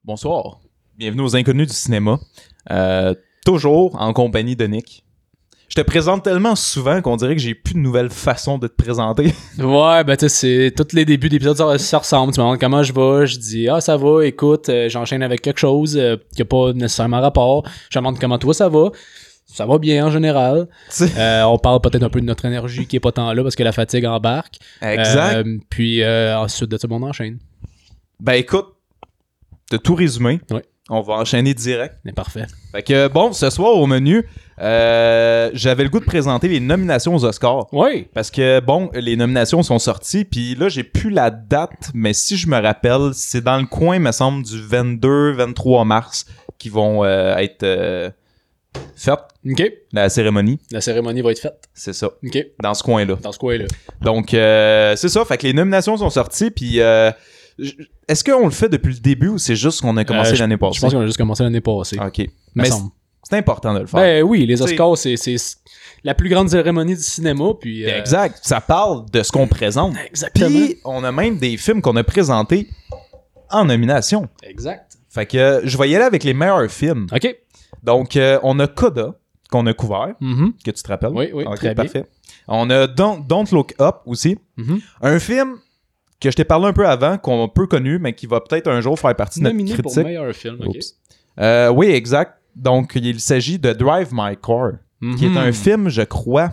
Bonsoir. Bienvenue aux Inconnus du cinéma. Toujours en compagnie de Nick. Je te présente tellement souvent qu'on dirait que j'ai plus de nouvelles façons de te présenter. Ouais, ben tu sais, c'est tous les débuts d'épisodes, ça ressemble. Tu me demandes comment je vais, je dis ça va, écoute, j'enchaîne avec quelque chose qui a pas nécessairement rapport. Je te demande comment toi ça va. Ça va bien en général. On parle peut-être un peu de notre énergie qui est pas tant là parce que la fatigue embarque. Exact. Puis ensuite de ça, on enchaîne. Ben écoute, t'as tout résumé. Ouais. On va enchaîner direct. C'est parfait. Fait que bon, ce soir au menu, j'avais le goût de présenter les nominations aux Oscars. Oui. Parce que bon, les nominations sont sorties, puis là j'ai plus la date, mais si je me rappelle, c'est dans le coin, me semble, du 22-23 mars qui vont être faites. OK. La cérémonie. La cérémonie va être faite. C'est ça. OK. Dans ce coin-là. Dans ce coin-là. Donc c'est ça. Fait que les nominations sont sorties, puis est-ce qu'on le fait depuis le début ou c'est juste qu'on a commencé l'année passée? Je pense qu'on a juste commencé l'année passée. OK. Mais c'est important de le faire. Ben oui, les Oscars, c'est la plus grande cérémonie du cinéma. Puis, exact. Ça parle de ce qu'on présente. Exactement. Puis on a même des films qu'on a présentés en nomination. Exact. Fait que je vais y aller avec les meilleurs films. OK. Donc on a Coda qu'on a couvert, que tu te rappelles. Oui, okay, très parfait. bien. On a Don't Look Up aussi. Un film que je t'ai parlé un peu avant, qu'on a peu connu, mais qui va peut-être un jour faire partie de notre critique. Nominé pour meilleur film, OK. Oui, exact. Donc, il s'agit de Drive My Car, qui est un film, je crois...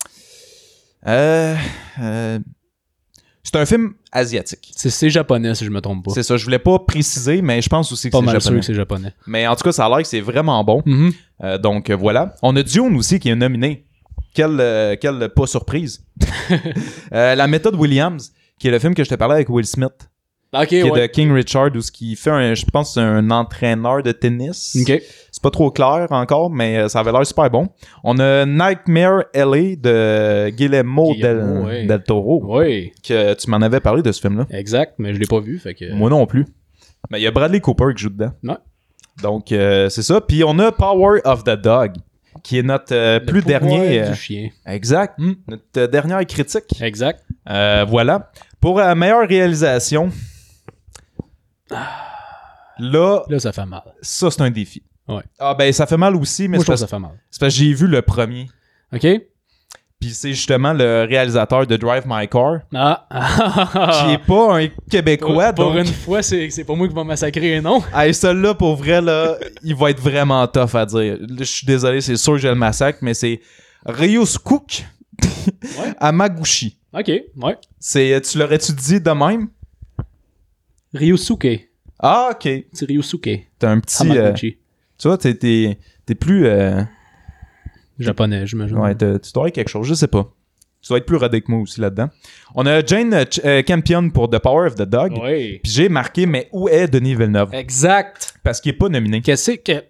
c'est un film asiatique. C'est japonais, si je me trompe pas. C'est ça, je voulais pas préciser, mais je pense aussi que c'est japonais. Pas mal sûr que c'est japonais. Mais en tout cas, ça a l'air que c'est vraiment bon. Donc, voilà. On a Dune aussi qui est nominé. Quelle pas surprise. La méthode Williams, qui est le film que je te parlais avec Will Smith. OK, qui est de King Richard, où ce qui fait je pense c'est un entraîneur de tennis. OK. C'est pas trop clair encore, mais ça avait l'air super bon. On a Nightmare LA de Guillermo del Toro. Oui. Que tu m'en avais parlé de ce film-là. Exact, mais je l'ai pas vu, fait que... Moi non plus. Mais il y a Bradley Cooper qui joue dedans. Ouais. Donc c'est ça. Puis on a Power of the Dog, qui est notre plus dernier... du chien. Exact. Notre dernière critique. Exact. Voilà. Pour la meilleure réalisation... Là, ça fait mal. Ça, c'est un défi. Ouais. Ah, ben, ça fait mal aussi, mais moi, je trouve que ça fait mal. c'est parce que j'ai vu le premier. OK. Puis c'est justement le réalisateur de Drive My Car. Qui est pas un Québécois. Pour donc... une fois, c'est pas moi qui va massacrer, non? Hey, celui-là, pour vrai, là, il va être vraiment tough à dire. Je suis désolé, c'est sûr que je le massacre, mais c'est Ryosuke Hamaguchi. OK, ouais. Tu l'aurais-tu dit de même? Ryosuke. Ah, OK. C'est Ryosuke. T'as un petit... Hamaguchi. Tu vois, t'es plus... Japonais, j'imagine. Ouais, tu dois avoir quelque chose, je sais pas. Tu dois être plus rodé que moi aussi là-dedans. On a Jane Campion pour The Power of the Dog. Oui. Puis j'ai marqué, mais où est Denis Villeneuve? Exact. Parce qu'il est pas nominé. Qu'est-ce que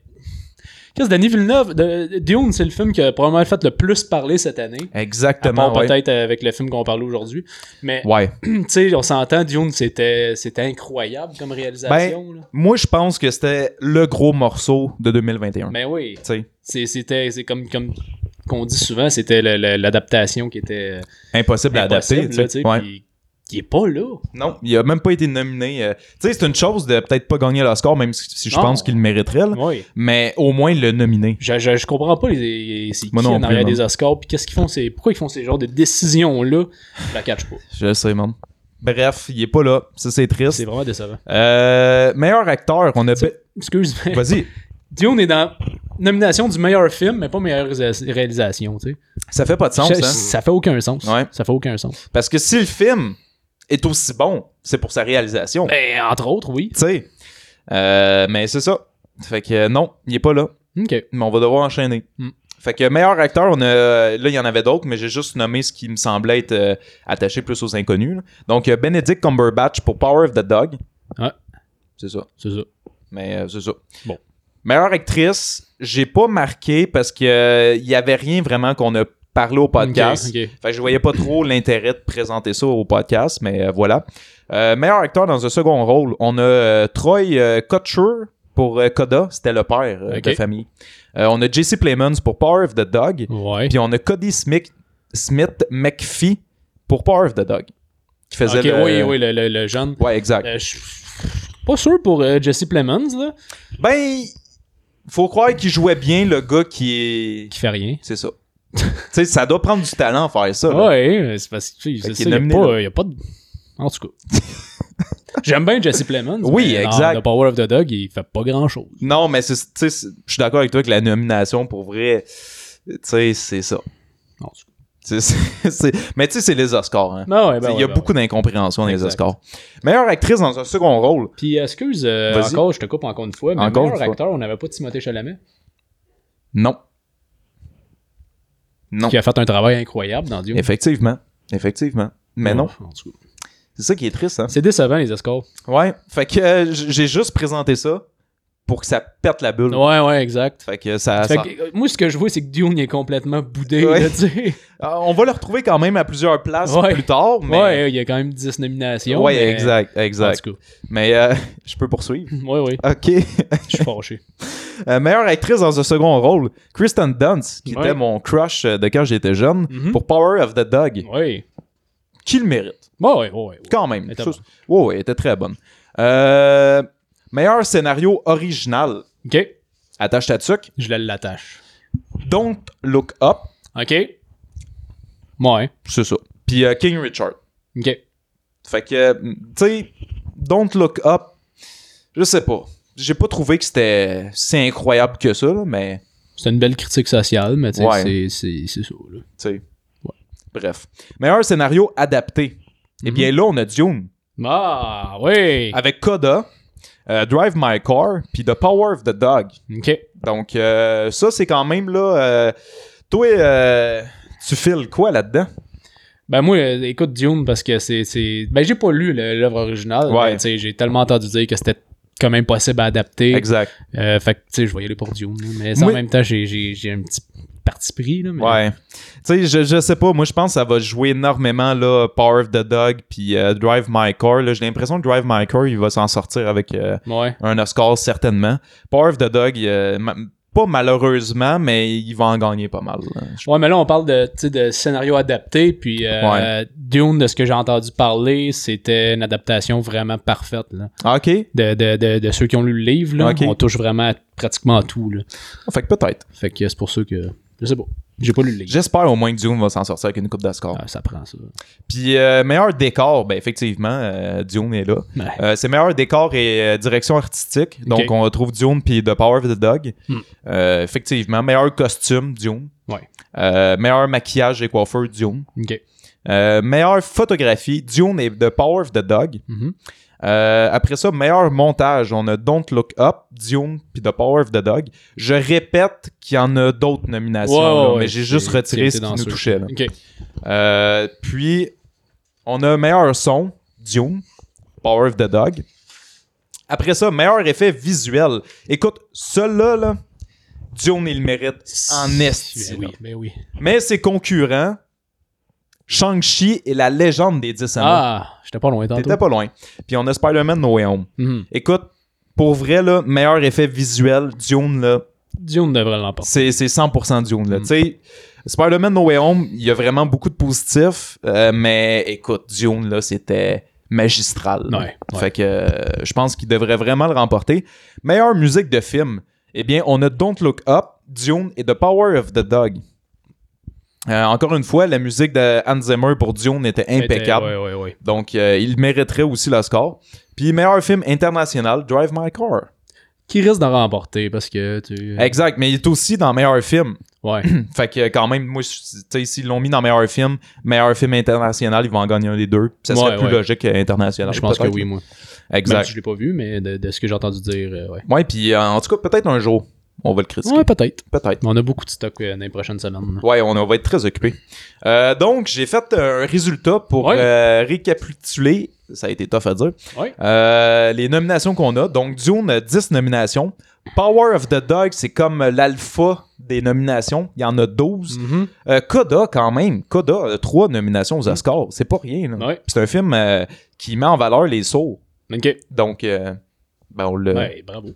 Denis Villeneuve, Dune, c'est le film qui a probablement fait le plus parler cette année. Exactement. À part peut-être avec le film qu'on parlait aujourd'hui. Mais, ouais. Tu sais, on s'entend, Dune, c'était incroyable comme réalisation. Ben, moi, je pense que c'était le gros morceau de 2021. Ben oui. T'sais. C'est comme qu'on dit souvent, c'était l'adaptation qui était impossible à adapter. Ouais. Puis, il est pas là. Non, il a même pas été nominé. Tu sais, c'est une chose de peut-être pas gagner l'Oscar, même si je pense qu'il le mériterait. Là. Oui. Mais au moins le nominer. Je comprends pas c'est qui en arrière des Oscars, puis qu'est-ce qu'ils font, pourquoi ils font ces genres de décisions-là. Je la catch pas. Je sais, man. Bref, il est pas là. Ça, c'est triste. C'est vraiment décevant. Meilleur acteur, on a... Excuse-moi. Vas-y. Dune est dans nomination du meilleur film, mais pas meilleure réalisation, tu sais. Ça fait pas de sens, hein? Ça fait aucun sens. Ouais. Ça fait aucun sens. Parce que si le film est aussi bon, c'est pour sa réalisation. Ben, entre autres, oui. Tu sais. Mais c'est ça. Fait que non, il est pas là. OK. Mais on va devoir enchaîner. Fait que meilleur acteur, là, il y en avait d'autres, mais j'ai juste nommé ce qui me semblait être attaché plus aux inconnus. Là. Donc, Benedict Cumberbatch pour Power of the Dog. Ouais. C'est ça. C'est ça. Mais c'est ça. Bon. Meilleure actrice, j'ai pas marqué parce que il y avait rien vraiment qu'on a parlé au podcast. Okay. Fait que je voyais pas trop l'intérêt de présenter ça au podcast, mais voilà. Meilleur acteur dans un second rôle, on a Troy Kotcher pour Coda, c'était le père de famille. On a Jesse Plemons pour Power of the Dog. Ouais. Puis on a Cody Smith McPhee pour Power of the Dog. Qui faisait oui, le jeune. Ouais, exact. Pas sûr pour Jesse Plemons, là. Ben, faut croire qu'il jouait bien le gars qui fait rien. C'est ça. Tu sais, ça doit prendre du talent à faire ça. Là. Ouais, c'est parce que il y a pas de... En tout cas. J'aime bien Jesse Plemons. Oui, exact. Dans The Power of the Dog, il fait pas grand-chose. Non, mais je suis d'accord avec toi que la nomination, pour vrai, tu sais, c'est ça. Non, mais tu sais, c'est les Oscars. Hein. Il y a beaucoup d'incompréhension dans les Oscars. Meilleure actrice dans un second rôle. Puis, excuse, encore, je te coupe encore une fois, mais meilleur acteur, on n'avait pas Timothée Chalamet? Non. Qui a fait un travail incroyable dans Dune. Effectivement. Mais non. En tout cas. C'est ça qui est triste, hein. C'est décevant, les Oscars. Ouais. Fait que j'ai juste présenté ça pour que ça pète la bulle. Ouais, exact. Fait que ça... Moi, ce que je vois, c'est que Dune est complètement boudé. Ouais. Là, t'sais. On va le retrouver quand même à plusieurs places plus tard. Mais... Ouais, il y a quand même 10 nominations. Ouais, mais... exact. En tout cas. Mais je peux poursuivre? Ouais. OK. Je suis fâché. Meilleure actrice dans un second rôle, Kristen Dunst, qui était mon crush de quand j'étais jeune, pour Power of the Dog. Oui. Qui le mérite. Ouais. Quand même. Elle était bonne. Elle était très bonne. Meilleur scénario original. OK. Attache ta tuque. Je l'attache. Don't Look Up. OK. Ouais. C'est ça. Puis King Richard. OK. Fait que, tu sais, Don't Look Up, je sais pas. J'ai pas trouvé que c'était si incroyable que ça, là, mais... C'est une belle critique sociale, mais tu sais, c'est ça, là. Tu sais. Ouais. Bref. Meilleur scénario adapté. Eh bien là, on a Dune. Ah, oui! Avec Coda, Drive My Car, puis The Power of the Dog. OK. Donc, ça, c'est quand même, là... toi, tu files quoi là-dedans? Ben moi, écoute Dune, parce que c'est... Ben j'ai pas lu l'œuvre originale, mais tu sais, j'ai tellement entendu dire que c'était quand même possible à adapter. Exact. Fait que, tu sais, je vais y aller pour Dune. Mais en même temps, j'ai un petit parti pris. Là, mais... Ouais. Tu sais, je sais pas. Moi, je pense que ça va jouer énormément, là, Power of the Dog puis Drive My Car. Là. J'ai l'impression que Drive My Car, il va s'en sortir avec un Oscar, certainement. Power of the Dog, pas malheureusement, mais il va en gagner pas mal. Là, ouais, mais là, on parle de scénario adapté, puis Dune, de ce que j'ai entendu parler, c'était une adaptation vraiment parfaite. Là. OK. De ceux qui ont lu le livre, là, okay. On touche vraiment pratiquement à tout. Là. Fait que peut-être. Fait que c'est pour ça que... Je sais pas. J'ai pas lu le livre. J'espère au moins que Dune va s'en sortir avec une coupe d'Oscar. Ça prend ça. Puis meilleur décor, ben effectivement, Dune est là. Ouais. C'est meilleur décor et direction artistique. Donc on retrouve Dune puis The Power of the Dog. Effectivement. Meilleur costume, Dune. Ouais. Meilleur maquillage et coiffeur, Dune. OK. Meilleure photographie, Dune et The Power of the Dog. Après ça, meilleur montage, on a Don't Look Up, Dune puis The Power of the Dog. Je répète qu'il y en a d'autres nominations, mais j'ai juste retiré ce qui nous touchait. Là. Okay. Puis, on a meilleur son, Dune, Power of the Dog. Après ça, meilleur effet visuel. Écoute, celui-là, là, Dune, il le mérite en esti. Ben oui. Mais ses concurrents, Shang-Chi et la légende des 10 anneaux. Ah, j'étais pas loin tantôt. T'étais pas loin. Puis on a Spider-Man No Way Home. Écoute, pour vrai, là, meilleur effet visuel, Dune, là... Dune devrait l'emporter. C'est 100% Dune, là. Tu sais, Spider-Man No Way Home, il y a vraiment beaucoup de positifs, mais écoute, Dune, là, c'était magistral. Ouais. Fait que je pense qu'il devrait vraiment le remporter. Meilleure musique de film, eh bien, on a Don't Look Up, Dune et The Power of the Dog. Encore une fois, la musique de Hans Zimmer pour Dune était impeccable. Ouais. Donc, il mériterait aussi le score. Puis, meilleur film international, Drive My Car. Qui risque d'en remporter parce que Exact, mais il est aussi dans meilleur film. Ouais. Fait que quand même, moi, tu sais, s'ils l'ont mis dans meilleur film international, ils vont en gagner un des deux. Ça serait plus logique international. Je pense que oui, moi. Exact. Même si je l'ai pas vu, mais de ce que j'ai entendu dire, ouais. Ouais, puis en tout cas, peut-être un jour. On va le critiquer. Ouais, peut-être. Peut-être. On a beaucoup de stock dans les prochaines semaines. Ouais, on va être très occupés. Donc, j'ai fait un résultat pour récapituler. Ça a été tough à dire. Ouais. Les nominations qu'on a. Donc, Dune, 10 nominations. Power of the Dog, c'est comme l'alpha des nominations. Il y en a 12. Coda, quand même. Coda a 3 nominations aux Oscars. C'est pas rien. Là. Ouais. C'est un film qui met en valeur les sourds. OK. Donc, on l'a... Ouais, bravo.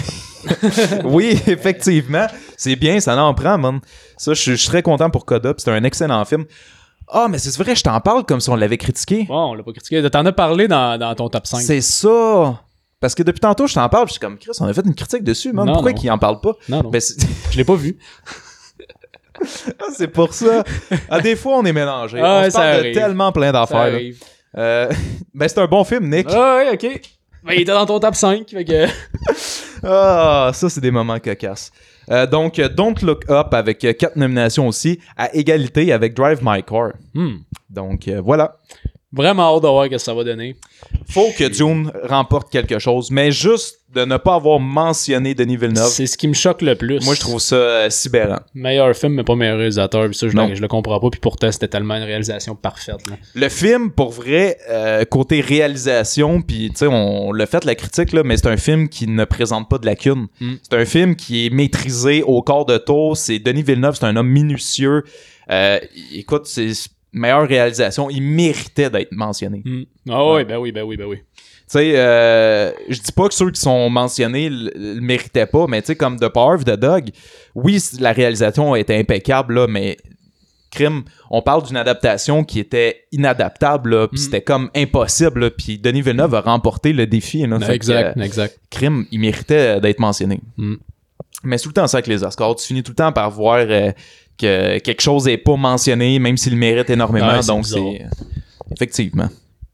Oui, effectivement. C'est bien, ça en prend, man. Ça, je suis très content pour Coda. C'est un excellent film. Ah, mais c'est vrai, je t'en parle comme si on l'avait critiqué. Bon, on l'a pas critiqué. T'en as parlé dans ton top 5. C'est ça. Parce que depuis tantôt, je t'en parle, je suis comme, Chris, on a fait une critique dessus, man. Pourquoi qu'il en parle pas? Non. Ben, je l'ai pas vu. C'est pour ça. Des fois, on est mélangés. Ah, on se parle de tellement plein d'affaires. Ben, c'est un bon film, Nick. Ah, oui, ok. Ben, il était dans ton top 5. Fait que... ça, c'est des moments cocasses. Donc, Don't Look Up avec 4 nominations aussi, à égalité avec Drive My Car. Donc, voilà. Vraiment hâte de voir ce que ça va donner. Faut que Dune remporte quelque chose, mais juste de ne pas avoir mentionné Denis Villeneuve. C'est ce qui me choque le plus. Moi, je trouve ça sidérant. Meilleur film, mais pas meilleur réalisateur. Puis ça, je le comprends pas. Puis pourtant, c'était tellement une réalisation parfaite. Là. Le film, pour vrai, côté réalisation, puis tu sais, on l'a fait la critique, là, mais c'est un film qui ne présente pas de lacunes. C'est un film qui est maîtrisé au quart de tour. C'est Denis Villeneuve, c'est un homme minutieux. Écoute, c'est meilleure réalisation. Il méritait d'être mentionné. Ah oui, ben oui. Tu sais, je dis pas que ceux qui sont mentionnés le méritaient pas, mais tu sais, comme The Power of the Dog, oui, la réalisation était impeccable, là, mais crime, on parle d'une adaptation qui était inadaptable, là, puis c'était comme impossible, là, puis Denis Villeneuve a remporté le défi. Là, exact. Crime, il méritait d'être mentionné. Mais c'est tout le temps ça avec les Oscars. Tu finis tout le temps par voir que quelque chose n'est pas mentionné, même s'il le mérite énormément. Ouais, donc, bizarre. c'est... Effectivement.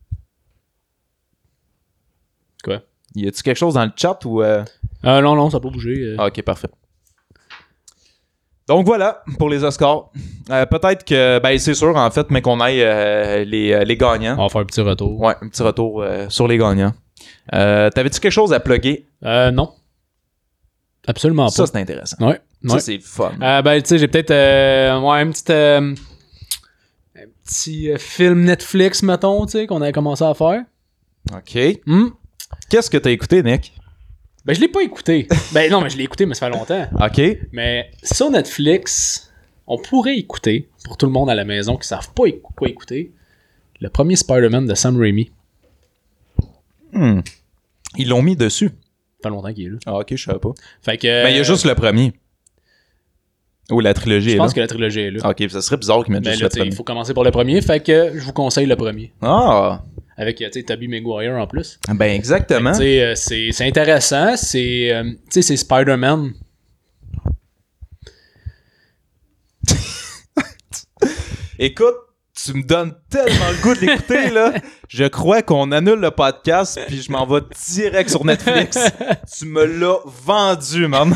Quoi? Y a-tu quelque chose dans le chat ou... Non, ça n'a pas bougé. Ok, parfait. Donc voilà, pour les Oscars. Peut-être que, ben c'est sûr, en fait, mais qu'on aille les gagnants. On va faire un petit retour. Ouais, un petit retour sur les gagnants. T'avais-tu quelque chose à plugger? Non. Absolument pas. Ça, c'est intéressant. Ouais. Ça, c'est fun. Ben, tu sais, j'ai peut-être un petit film Netflix, mettons, tu sais, qu'on avait commencé à faire. OK. Qu'est-ce que t'as écouté, Nick? Ben, je l'ai pas écouté. Ben, non, mais je l'ai écouté, mais ça fait longtemps. OK. Mais sur Netflix, on pourrait écouter, pour tout le monde à la maison qui savent pas quoi écouter, le premier Spider-Man de Sam Raimi. Ils l'ont mis dessus. Ça fait longtemps qu'il est là. Ah, OK, je savais pas. Fait que... Mais il y a juste le premier. Ou la trilogie est là. Je pense que la trilogie est là. OK, ça serait bizarre qu'ils mettent juste le premier. Il faut commencer par le premier, fait que je vous conseille le premier. Ah! Avec, tu sais, Tobey Maguire en plus. Ben, exactement. Tu sais, c'est intéressant. C'est, tu sais, c'est Spider-Man. Écoute, tu me donnes tellement le goût de l'écouter, là. Je crois qu'on annule le podcast, puis je m'en vais direct sur Netflix. Tu me l'as vendu, man.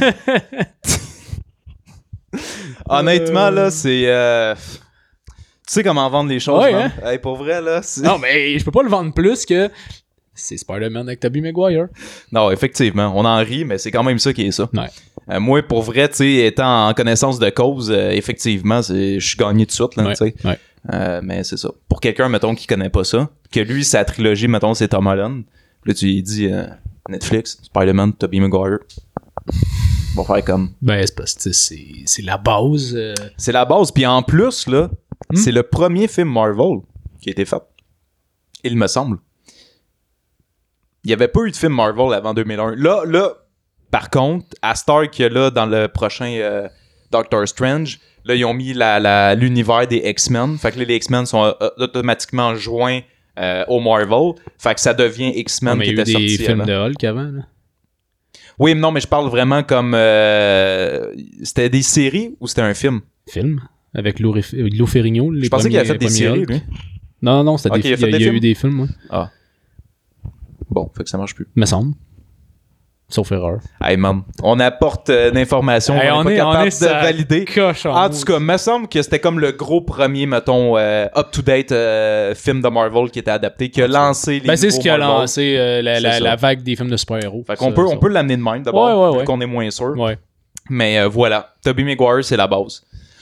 Honnêtement, là, c'est... Tu sais comment vendre les choses, ouais, man. Hey, pour vrai, là, c'est... Non, mais je peux pas le vendre plus que... C'est Spider-Man avec Tobey Maguire. Non, effectivement, on en rit, mais c'est quand même ça qui est ça. Ouais. Moi, pour vrai, tu sais, étant en connaissance de cause, effectivement, je suis gagné tout de suite, là, tu sais. Ouais. Mais c'est ça. Pour quelqu'un, mettons, qui connaît pas ça, que lui, sa trilogie, mettons, c'est Tom Holland, là, tu lui dis Netflix, Spider-Man, Tobey Maguire. On va faire comme... Ben, c'est parce que c'est la base. C'est la base, puis en plus, là, c'est le premier film Marvel qui a été fait. Il me semble. Il n'y avait pas eu de film Marvel avant 2001. Là, par contre, à Star qu'il y a là dans le prochain Doctor Strange, là, ils ont mis l'univers des X-Men. Fait que là, les X-Men sont automatiquement joints au Marvel. Fait que ça devient X-Men qui était sorti. Il y a eu des films de Hulk avant, là. Oui, mais non, mais je parle vraiment comme... c'était des séries ou c'était un film? Film? Avec Lou Ferrigno. Je pensais qu'il avait fait des séries, lui. Non, c'était des films. Il y a eu des films, ouais. Ah. Bon, fait que ça marche plus. Me semble. Sauf erreur. Hey, man, on apporte l'information, on n'est pas capable de valider. En tout cas, me semble que c'était comme le gros premier, mettons, up-to-date film de Marvel qui était adapté, qui a lancé les c'est ce qui a lancé la vague des films de super-héros. Fait qu'on on peut l'amener de même, d'abord, vu qu'on est moins sûr. Ouais. Mais voilà, Tobey Maguire, c'est la base.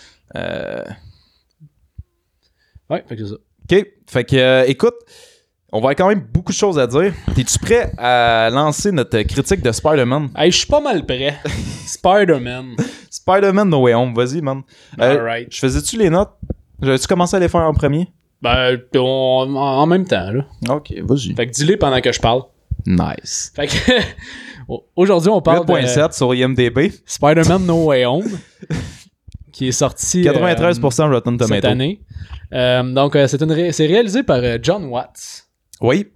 Ouais, fait que c'est ça. OK, fait que, écoute... On va avoir quand même beaucoup de choses à dire. T'es-tu prêt à lancer notre critique de Spider-Man? Hey, je suis pas mal prêt. Spider-Man. Spider-Man No Way Home, vas-y, man. Alright. Je faisais-tu les notes? J'avais-tu commencé à les faire en premier? Ben, en même temps, là. Ok, vas-y. Fait que dis-les pendant que je parle. Nice. Fait que aujourd'hui, on parle 8.7 sur IMDb. Spider-Man No Way Home, qui est sorti 93% Rotten Tomatoes cette année. Donc, c'est réalisé par John Watts. Oui.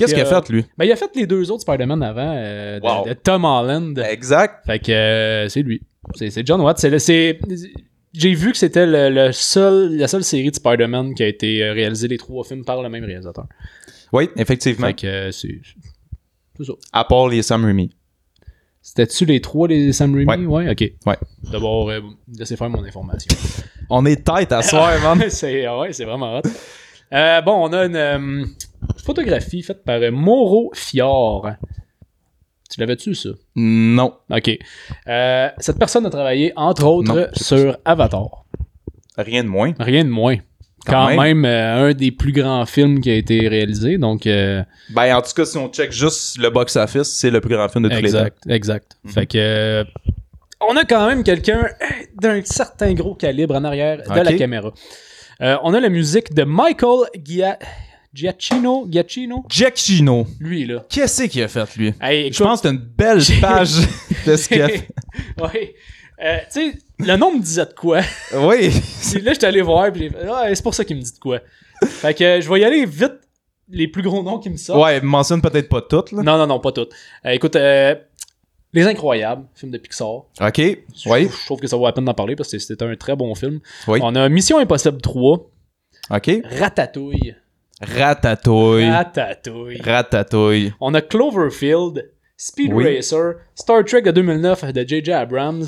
Qu'est-ce qu'il a fait, lui? Ben, il a fait les 2 autres Spider-Man avant, de Tom Holland. Exact. Fait que c'est lui. C'est John Watts. J'ai vu que c'était la seule série de Spider-Man qui a été réalisée, les 3 films, par le même réalisateur. Oui, effectivement. Fait que c'est ça. À part les Sam Raimi. C'était-tu les 3 les Sam Raimi? Ouais, ok. Ouais. D'abord, laissez faire mon information. On est tête à soir, man. c'est vraiment hot. Bon, on a une photographie faite par Mauro Fior. Tu l'avais-tu, ça? Non. Ok. Cette personne a travaillé, entre autres, sur Avatar. Rien de moins. Rien de moins. Quand même un des plus grands films qui a été réalisé, donc... Ben, en tout cas, si on check juste le box-office, c'est le plus grand film de tous les temps. Exact. Fait que... on a quand même quelqu'un d'un certain gros calibre en arrière de la caméra. On a la musique de Michael Giacchino. Lui, là. Qu'est-ce qu'il a fait, lui? Hey, écoute, je pense que c'est une belle page de ce qu'il a fait. Oui. Tu sais, le nom me disait de quoi. Oui. Là, j'étais allé voir, puis c'est pour ça qu'il me dit de quoi. Fait que je vais y aller vite, les plus gros noms qui me sortent. Ouais, mentionne peut-être pas toutes, là. Non, pas toutes. Écoute, Les Incroyables, film de Pixar. OK, oui. Je trouve que ça vaut la peine d'en parler, parce que c'était un très bon film. Oui. On a Mission Impossible 3. OK. Ratatouille. On a Cloverfield, Speed Racer, Star Trek de 2009 de J.J. Abrams.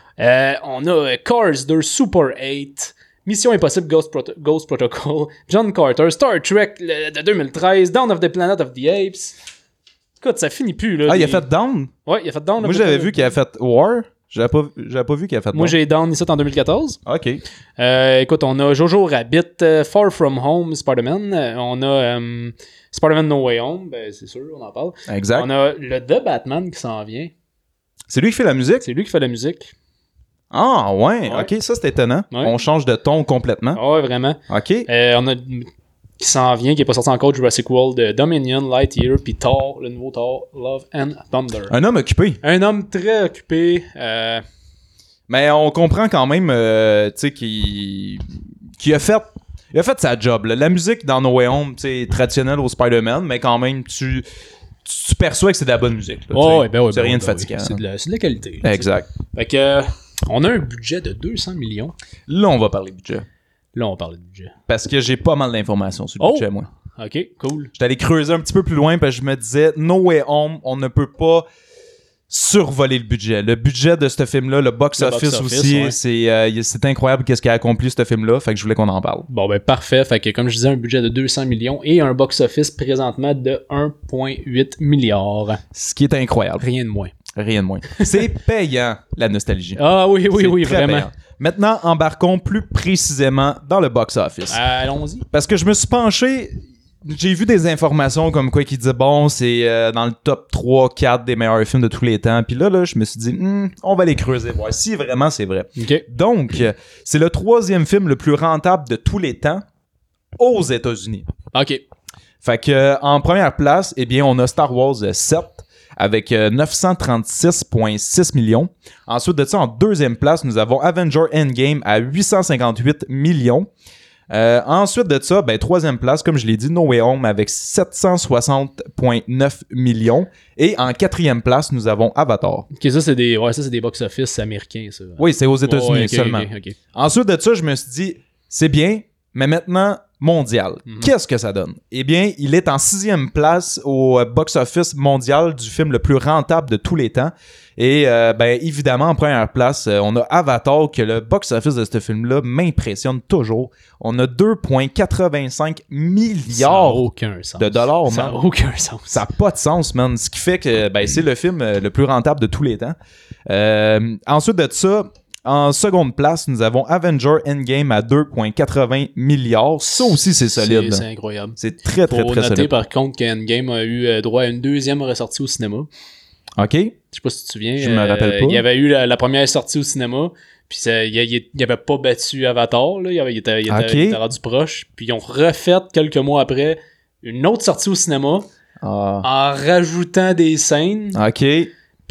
On a Cars 2, Super 8, Mission Impossible Ghost Protocol, John Carter, Star Trek de 2013, Dawn of the Planet of the Apes. Écoute, ça finit plus, là. Ah, il a fait Dawn? Ouais, il a fait Dawn. Moi, j'avais vu qu'il a fait War. J'avais pas vu qu'il a fait Dawn. Moi, j'ai Dawn ici en 2014. OK. Écoute, on a Jojo Rabbit, Far From Home, Spider-Man. On a Spider-Man No Way Home, ben c'est sûr, on en parle. Exact. On a le The Batman qui s'en vient. C'est lui qui fait la musique? C'est lui qui fait la musique. Ah, ouais. OK, ça, c'est étonnant. Ouais. On change de ton complètement. Ah ouais, vraiment. OK. On a qui s'en vient, qui est pas sorti encore, Jurassic World, Dominion, Lightyear, puis Thor, le nouveau Thor, Love and Thunder. Un homme occupé. Un homme très occupé. Mais on comprend quand même, tu sais, qu'il a fait... Il a fait sa job. Là. La musique dans No Way Home, c'est traditionnelle au Spider-Man, mais quand même, tu perçois que c'est de la bonne musique. Là, oh, c'est rien de fatigant. C'est de la qualité. Là, exact. Fait que, on a un budget de 200 millions. Là, on va parler budget. Là, on parle de budget. Parce que j'ai pas mal d'informations sur le budget, moi. OK, cool. J'étais allé creuser un petit peu plus loin parce que je me disais, No Way Home, on ne peut pas survoler le budget. Le budget de ce film-là, le box-office aussi, ouais. C'est incroyable qu'est-ce qu'a accompli ce film-là, fait que je voulais qu'on en parle. Bon, ben parfait. Fait que comme je disais, un budget de 200 millions et un box-office présentement de 1,8 milliard. Ce qui est incroyable. Rien de moins. Rien de moins. C'est payant, la nostalgie. Ah oui, vraiment. Payant. Maintenant, embarquons plus précisément dans le box-office. Allons-y. Parce que je me suis penché, j'ai vu des informations comme quoi qui disaient, bon, c'est dans le top 3-4 des meilleurs films de tous les temps. Puis là, je me suis dit, on va les creuser, voir si vraiment c'est vrai. Okay. Donc, c'est le 3e film le plus rentable de tous les temps aux États-Unis. OK. Fait que en première place, eh bien, on a Star Wars 7. Avec 936,6 millions. Ensuite de ça, en 2e place, nous avons Avengers Endgame à 858 millions. Ensuite de ça, 3e place, comme je l'ai dit, No Way Home avec 760,9 millions. Et en 4e place, nous avons Avatar. OK, ça, c'est des box-office américains, ça. Oui, c'est aux États-Unis seulement. Okay. Ensuite de ça, je me suis dit, c'est bien, mais maintenant... mondial. Qu'est-ce que ça donne? Eh bien, il est en 6e place au box-office mondial du film le plus rentable de tous les temps. Et évidemment, en première place, on a Avatar, que le box-office de ce film-là m'impressionne toujours. On a 2,85 milliards de dollars. Ça n'a aucun sens. Ça n'a pas de sens, man. Ce qui fait que c'est le film le plus rentable de tous les temps. Ensuite de ça... En seconde place, nous avons Avengers Endgame à 2,80 milliards. Ça aussi, c'est solide. C'est incroyable. C'est très, très, très solide. Faut noter, par contre, qu'Endgame a eu droit à une 2e ressortie au cinéma. OK. Je sais pas si tu te souviens. Je me rappelle pas. Il y avait eu la première sortie au cinéma, puis il avait pas battu Avatar. Là. Il était rendu proche. Puis ils ont refait, quelques mois après, une autre sortie au cinéma en rajoutant des scènes. OK.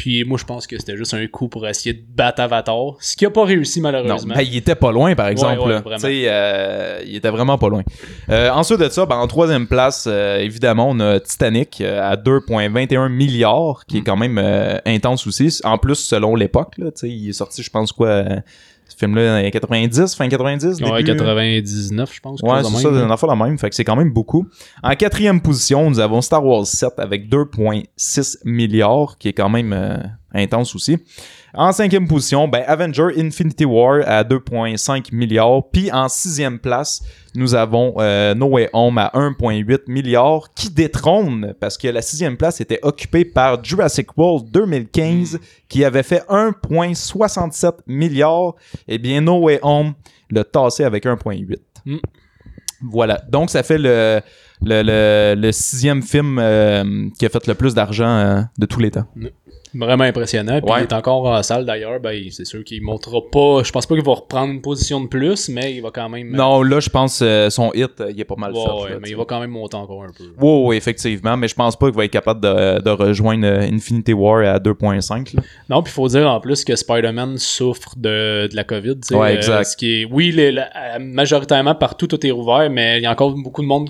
Puis moi, je pense que c'était juste un coup pour essayer de battre Avatar, ce qui a pas réussi malheureusement. Non, ben, il était pas loin, par exemple. Ouais, là. vraiment. Tu sais, il était vraiment pas loin. Ensuite de ça, ben, en troisième place, évidemment, on a Titanic à 2,21 milliards, qui est quand même intense aussi. En plus, selon l'époque, là, tu sais, il est sorti, je pense, ce film-là, dans les 90, fin 90, Ouais, début... 99, je pense. Ouais, c'est ça, une affaire la même. Fait que c'est quand même beaucoup. En quatrième position, nous avons Star Wars 7 avec 2,6 milliards, qui est quand même intense aussi. En cinquième position, ben Avenger Infinity War à 2,5 milliards. Puis en sixième place, nous avons No Way Home à 1,8 milliards, qui détrône, parce que la sixième place était occupée par Jurassic World 2015, qui avait fait 1,67 milliards. Eh bien, No Way Home l'a tassé avec 1,8. Voilà. Donc, ça fait le sixième film qui a fait le plus d'argent de tous les temps. Vraiment impressionnant. Puis il est encore en salle d'ailleurs. Ben, c'est sûr qu'il ne montrera pas. Je pense pas qu'il va reprendre une position de plus, mais il va quand même. Non, là, je pense son hit, il est pas mal fait. Ouais, là, mais il va quand même monter encore un peu. Oui, effectivement. Mais je pense pas qu'il va être capable de rejoindre Infinity War à 2.5. Là. Non, puis il faut dire en plus que Spider-Man souffre de la COVID. Ouais, exact. Ce qui est, oui, majoritairement partout, tout est rouvert, mais il y a encore beaucoup de monde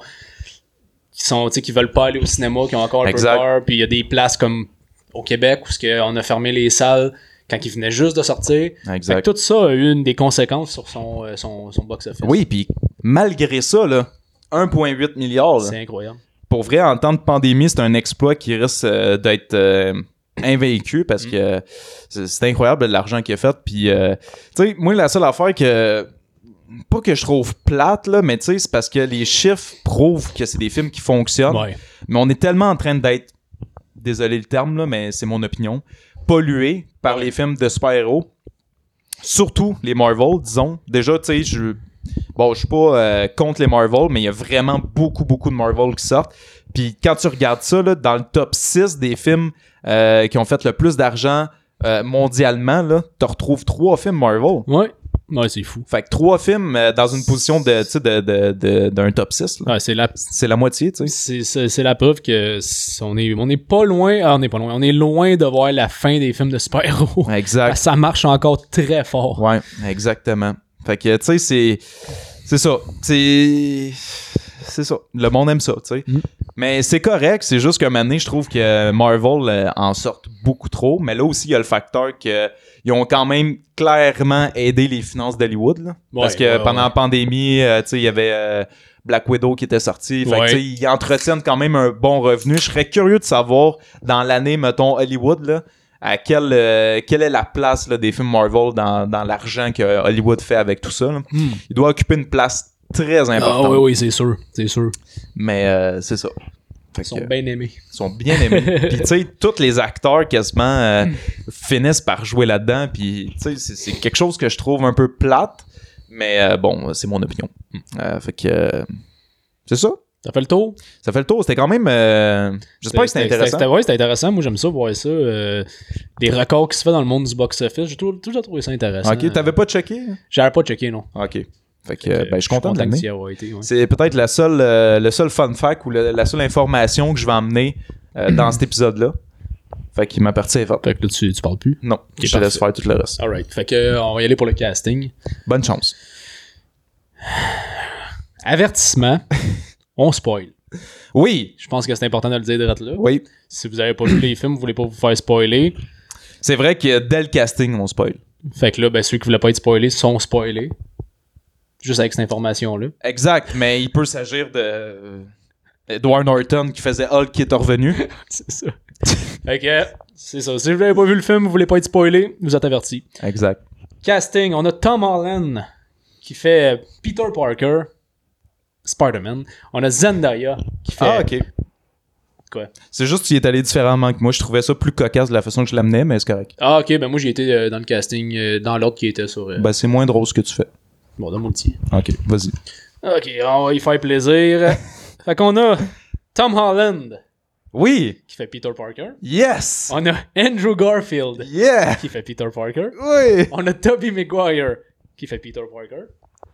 qui veulent pas aller au cinéma, qui ont encore un peu peur. Puis il y a des places comme au Québec où on a fermé les salles quand il venait juste de sortir. Exact. Fait que tout ça a eu des conséquences sur son box-office. Oui, puis malgré ça, là, 1,8 milliard. Là, c'est incroyable. Pour vrai, en temps de pandémie, c'est un exploit qui risque d'être invaincu parce que c'est incroyable l'argent qu'il a fait. Puis, tu sais, moi, la seule affaire que... Pas que je trouve plate, là, mais tu sais, c'est parce que les chiffres prouvent que c'est des films qui fonctionnent. Ouais. Mais on est tellement en train d'être... Désolé le terme, là, mais c'est mon opinion. Pollué par les films de super-héros. Surtout les Marvel, disons. Déjà, tu sais, je suis pas contre les Marvel, mais il y a vraiment beaucoup de Marvel qui sortent. Puis quand tu regardes ça, là, dans le top 6 des films qui ont fait le plus d'argent mondialement, là, tu retrouves 3 films Marvel. Ouais, c'est fou. Fait que 3 films dans une position d'un top 6. Là. Ouais, c'est la moitié, tu sais. C'est la preuve que on est pas loin. On est pas loin. On est loin de voir la fin des films de super-héros. Exact. Ça marche encore très fort. Ouais, exactement. Fait que, tu sais, c'est ça. C'est ça. Le monde aime ça, tu sais. Mais c'est correct. C'est juste qu'à un moment donné, je trouve que Marvel en sortent beaucoup trop. Mais là aussi, il y a le facteur qu'ils ont quand même clairement aidé les finances d'Hollywood. Là. Parce que pendant la pandémie, tu sais, il y avait Black Widow qui était sorti. Fait que, tu sais, ils entretiennent quand même un bon revenu. Je serais curieux de savoir, dans l'année, mettons, Hollywood, là, à quelle est la place là, des films Marvel dans l'argent que Hollywood fait avec tout ça. Là. Il doit occuper une place très importante. Ah oui, c'est sûr. Mais c'est ça. Ils sont bien aimés. Ils sont bien aimés. Puis tu sais, tous les acteurs quasiment finissent par jouer là-dedans. Puis tu sais, c'est quelque chose que je trouve un peu plate. Mais bon, c'est mon opinion. Fait que c'est ça. Ça fait le tour? Ça fait le tour. C'était quand même... J'espère que c'était intéressant. C'était intéressant. Moi, j'aime ça, voir ça. Des records qui se fait dans le monde du box-office. J'ai toujours trouvé ça intéressant. OK. T'avais pas checké? J'avais pas checké, non. OK. Fait que je suis content de l'amener. Ouais. C'est peut-être le seul fun fact ou la seule information que je vais emmener dans cet épisode-là. Fait qu'il m'appartient à faire. Fait que là, tu parles plus? Non. Okay, je te laisse faire tout le reste. Alright. Fait que on va y aller pour le casting. Bonne chance. Avertissement. On spoil. Oui. Je pense que c'est important de le dire de là. Oui. Si vous avez pas vu les films, vous voulez pas vous faire spoiler. C'est vrai que dès le casting, on spoil. Fait que là, ben, ceux qui voulaient pas être spoilés sont spoilés. Juste avec cette information-là. Exact, mais il peut s'agir de Edward Norton qui faisait Hulk qui est revenu. C'est ça. Fait que, c'est ça. Si vous n'avez pas vu le film, vous voulez pas être spoilé, vous êtes avertis. Exact. Casting, on a Tom Holland qui fait Peter Parker, Spider-Man. On a Zendaya qui fait... Ah, OK. Quoi? C'est juste qu'il est allé différemment que moi. Je trouvais ça plus cocasse de la façon que je l'amenais, mais c'est correct. Ah, OK. Ben moi, j'ai été dans le casting, dans l'ordre qui était sur... Ben, c'est moins drôle ce que tu fais. Bon, dans mon petit. OK, vas-y. OK, on va y faire plaisir. Fait qu'on a Tom Holland. Oui! Qui fait Peter Parker. Yes! On a Andrew Garfield. Yeah! Qui fait Peter Parker. Oui! On a Tobey Maguire. Qui fait Peter Parker.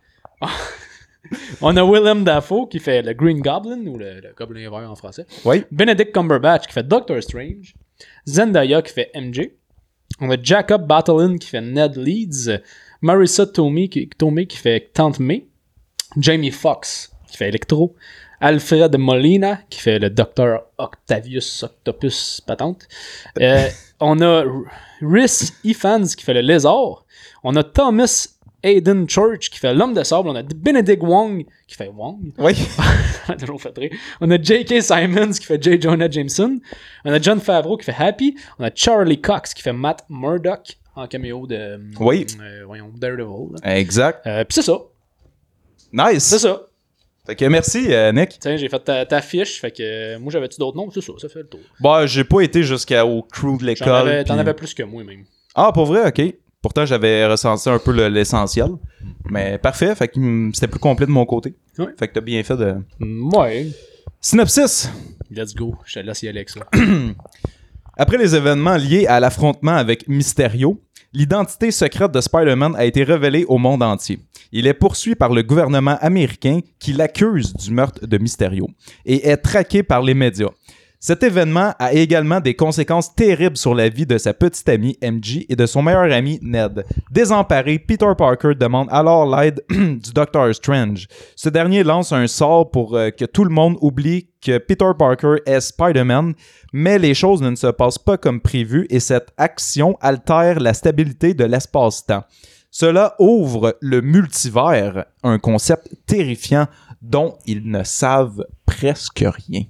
On a Willem Dafoe. Qui fait le Green Goblin. Ou le Gobelin vert en français. Oui. Benedict Cumberbatch. Qui fait Doctor Strange. Zendaya qui fait MJ. On a Jacob Batalon qui fait Ned Leeds. Marissa Tomei qui fait Tante May. Jamie Foxx qui fait Electro. Alfred Molina qui fait le Dr. Octavius Octopus Patente. On a Rhys Ifans qui fait le Lézard. On a Thomas Hayden Church qui fait l'Homme de Sable. On a Benedict Wong qui fait Wong. Oui. On a toujours fait rire. On a J.K. Simons qui fait J. Jonah Jameson. On a Jon Favreau qui fait Happy. On a Charlie Cox qui fait Matt Murdock en caméo de Daredevil. Exact. Puis c'est ça. Nice. C'est ça. Fait que merci, Nick. Tiens, j'ai fait ta fiche. Fait que moi, j'avais-tu d'autres noms? C'est ça, ça fait le tour. Bah, j'ai pas été jusqu'au crew de l'école. T'en avais plus que moi, même. Ah, pour vrai? OK. Pourtant, j'avais ressenti un peu l'essentiel. Mais parfait. Fait que c'était plus complet de mon côté. Ouais. Fait que t'as bien fait de... Ouais. Synopsis. Let's go. Je te laisse y aller avec ça. Après les événements liés à l'affrontement avec Mysterio, l'identité secrète de Spider-Man a été révélée au monde entier. Il est poursuivi par le gouvernement américain qui l'accuse du meurtre de Mysterio et est traqué par les médias. Cet événement a également des conséquences terribles sur la vie de sa petite amie MJ et de son meilleur ami Ned. Désemparé, Peter Parker demande alors l'aide du Docteur Strange. Ce dernier lance un sort pour que tout le monde oublie que Peter Parker est Spider-Man, mais les choses ne se passent pas comme prévu et cette action altère la stabilité de l'espace-temps. Cela ouvre le multivers, un concept terrifiant dont ils ne savent presque rien.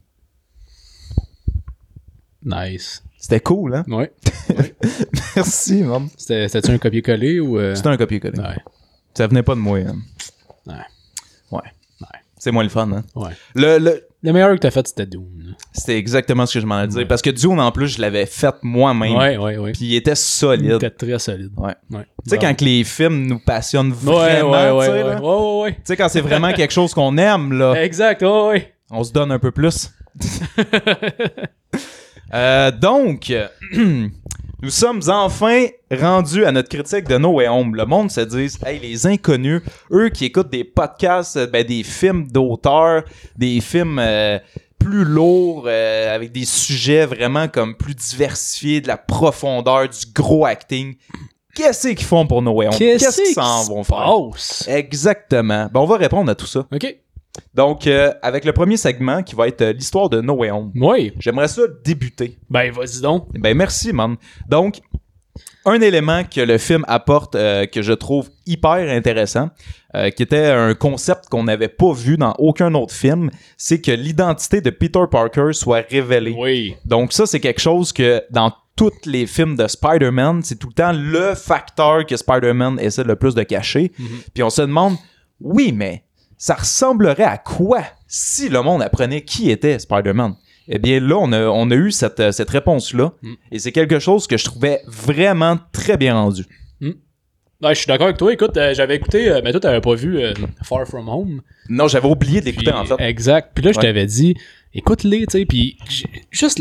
Nice. C'était cool, hein? Ouais. Merci, man. C'était-tu un copier-coller ou... C'était un copier-coller. Ouais. Ça venait pas de moi, hein? Ouais. Ouais. C'est moins le fun, hein? Ouais. Le meilleur que t'as fait, c'était Dune. C'était exactement ce que je m'en allais dire. Ouais. Parce que Dune, en plus, je l'avais fait moi-même. Ouais. Puis il était solide. Il était très solide. Ouais. Tu sais, quand les films nous passionnent vraiment, tu sais, là. Ouais. Tu sais, quand c'est vraiment quelque chose qu'on aime, là. Exact, ouais. On se donne un peu plus. Donc, nous sommes enfin rendus à notre critique de No Way Home. Le monde se dit, hey, les inconnus, eux qui écoutent des podcasts, des films d'auteurs, des films plus lourds, avec des sujets vraiment comme plus diversifiés, de la profondeur, du gros acting. Qu'est-ce qu'ils font pour No Way Home? Qu'est-ce qu'ils s'en vont faire? Exactement. Ben, on va répondre à tout ça. OK. Donc, avec le premier segment qui va être l'histoire de No Way Home. Oui. J'aimerais ça débuter. Ben, vas-y donc. Ben, merci, man. Donc, un élément que le film apporte que je trouve hyper intéressant, qui était un concept qu'on n'avait pas vu dans aucun autre film, c'est que l'identité de Peter Parker soit révélée. Oui. Donc, ça, c'est quelque chose que dans tous les films de Spider-Man, c'est tout le temps le facteur que Spider-Man essaie le plus de cacher. Puis on se demande, oui, mais ça ressemblerait à quoi si le monde apprenait qui était Spider-Man? Eh bien, là, on a eu cette réponse-là. Et c'est quelque chose que je trouvais vraiment très bien rendu. Ouais, je suis d'accord avec toi. Écoute, j'avais écouté, mais toi, t'avais pas vu Far From Home. Non, j'avais oublié de l'écouter, en fait. Exact. Puis là, je t'avais dit, écoute-les, tu sais, puis juste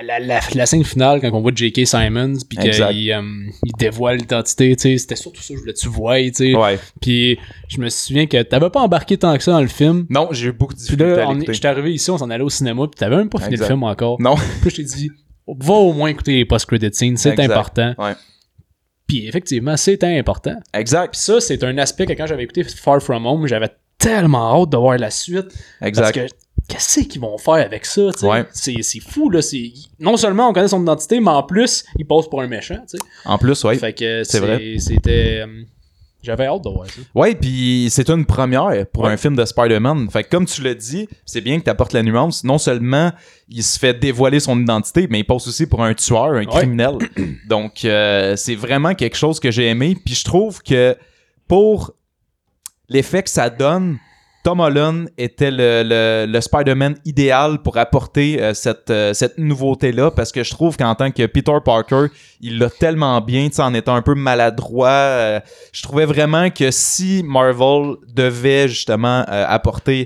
la scène finale, quand on voit J.K. Simons, puis qu'il dévoile l'identité, tu sais, c'était surtout ça, je voulais que tu vois, tu sais. Ouais. Puis je me souviens que t'avais pas embarqué tant que ça dans le film. Non, j'ai eu beaucoup de Puis difficultés là, à l'écouter. j'étais arrivé ici, on s'en allait au cinéma, puis t'avais même pas fini le film encore. Non. Puis je t'ai dit, va au moins écouter les post-credit scenes, c'est important. Ouais. Puis effectivement, c'est important. Exact. Puis ça, c'est un aspect que quand j'avais écouté Far From Home, j'avais tellement hâte de voir la suite. Exact. Parce que qu'est-ce qu'ils vont faire avec ça, tu sais? Ouais. C'est fou, là. Non seulement on connaît son identité, mais en plus, il passe pour un méchant, tu sais. En plus, oui. Fait que c'est vrai. C'était... J'avais hâte de voir ça. Ouais, puis c'est une première pour un film de Spider-Man. Fait que comme tu l'as dit, c'est bien que tu apportes la nuance. Non seulement il se fait dévoiler son identité, mais il passe aussi pour un tueur, un criminel. Donc, c'est vraiment quelque chose que j'ai aimé. Puis je trouve que pour l'effet que ça donne, Tom Holland était le Spider-Man idéal pour apporter cette nouveauté-là, parce que je trouve qu'en tant que Peter Parker, il l'a tellement bien, tu sais, en étant un peu maladroit. Je trouvais vraiment que si Marvel devait justement apporter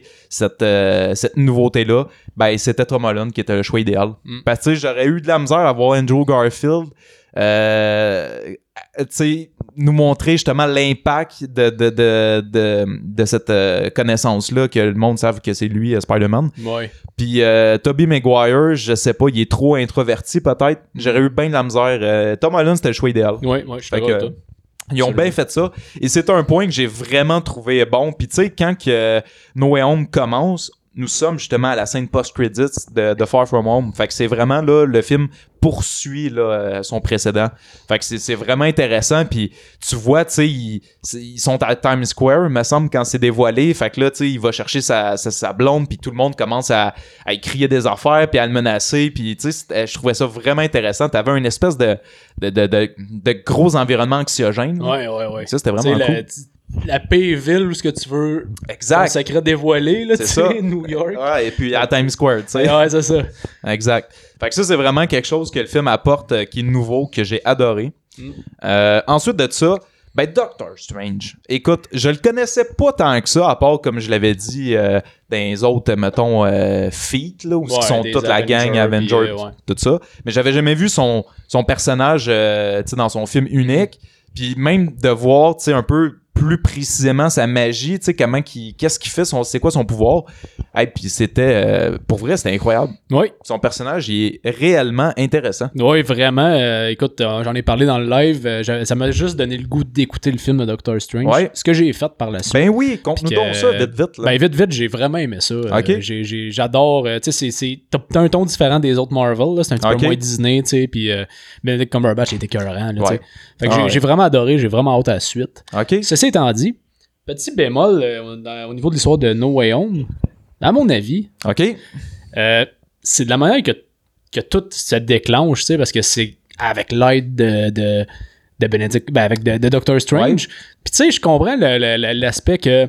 cette nouveauté-là, ben c'était Tom Holland qui était le choix idéal. Parce que j'aurais eu de la misère à voir Andrew Garfield tu sais, nous montrer justement l'impact de cette connaissance-là, que le monde savent que c'est lui, Spider-Man. Ouais. Puis Tobey Maguire, je sais pas, il est trop introverti peut-être. J'aurais eu bien de la misère. Tom Holland, c'était le choix idéal. Ouais, je suis d'accord avec toi. Ils ont bien fait ça. Et c'est un point que j'ai vraiment trouvé bon. Puis tu sais, quand que No Way Home commence, nous sommes justement à la scène post-credits de Far From Home. Fait que c'est vraiment là, le film poursuit là, son précédent. Fait que c'est vraiment intéressant. Puis tu vois, tu sais, ils sont à Times Square, me semble, quand c'est dévoilé. Fait que là, tu sais, il va chercher sa blonde, puis tout le monde commence à y crier des affaires, puis à le menacer. Puis tu sais, je trouvais ça vraiment intéressant. T'avais une espèce de gros environnement anxiogène. Ouais. Ça, c'était vraiment cool. La paix ville où ce que tu veux consacrer dévoiler, là, tu sais, New York. Ouais, et puis à Times Square, tu sais. Ouais, c'est ça. Exact. Fait que ça, c'est vraiment quelque chose que le film apporte qui est nouveau, que j'ai adoré. Ensuite de ça, ben Doctor Strange. Écoute, je le connaissais pas tant que ça, à part, comme je l'avais dit, dans les autres, mettons, feats, là, où sont toute la gang Avengers, tout ça. Mais j'avais jamais vu son personnage, tu sais, dans son film unique. Puis même de voir, tu sais, un peu plus précisément sa magie, tu sais, qu'est-ce qu'il fait, c'est quoi son pouvoir. Et puis c'était, pour vrai, c'était incroyable. Oui. Son personnage, il est réellement intéressant. Oui, vraiment. Écoute, j'en ai parlé dans le live. Ça m'a juste donné le goût d'écouter le film de Doctor Strange. Ouais. Ce que j'ai fait par la suite. Ben oui, conte-nous donc ça, vite. Là. Ben vite, j'ai vraiment aimé ça. Okay. J'adore. Tu sais, t'as un ton différent des autres Marvel. Là. C'est un petit peu moins Disney, tu sais. Puis Benedict Cumberbatch était écœurant. Là, ouais. Fait que j'ai vraiment adoré. J'ai vraiment hâte à la suite. Okay. Ceci étant dit, petit bémol au niveau de l'histoire de No Way Home, à mon avis, c'est de la manière que tout se déclenche, tu sais, parce que c'est avec l'aide de Benedict, ben avec de Doctor Strange. Puis tu sais, je comprends l'aspect que, tu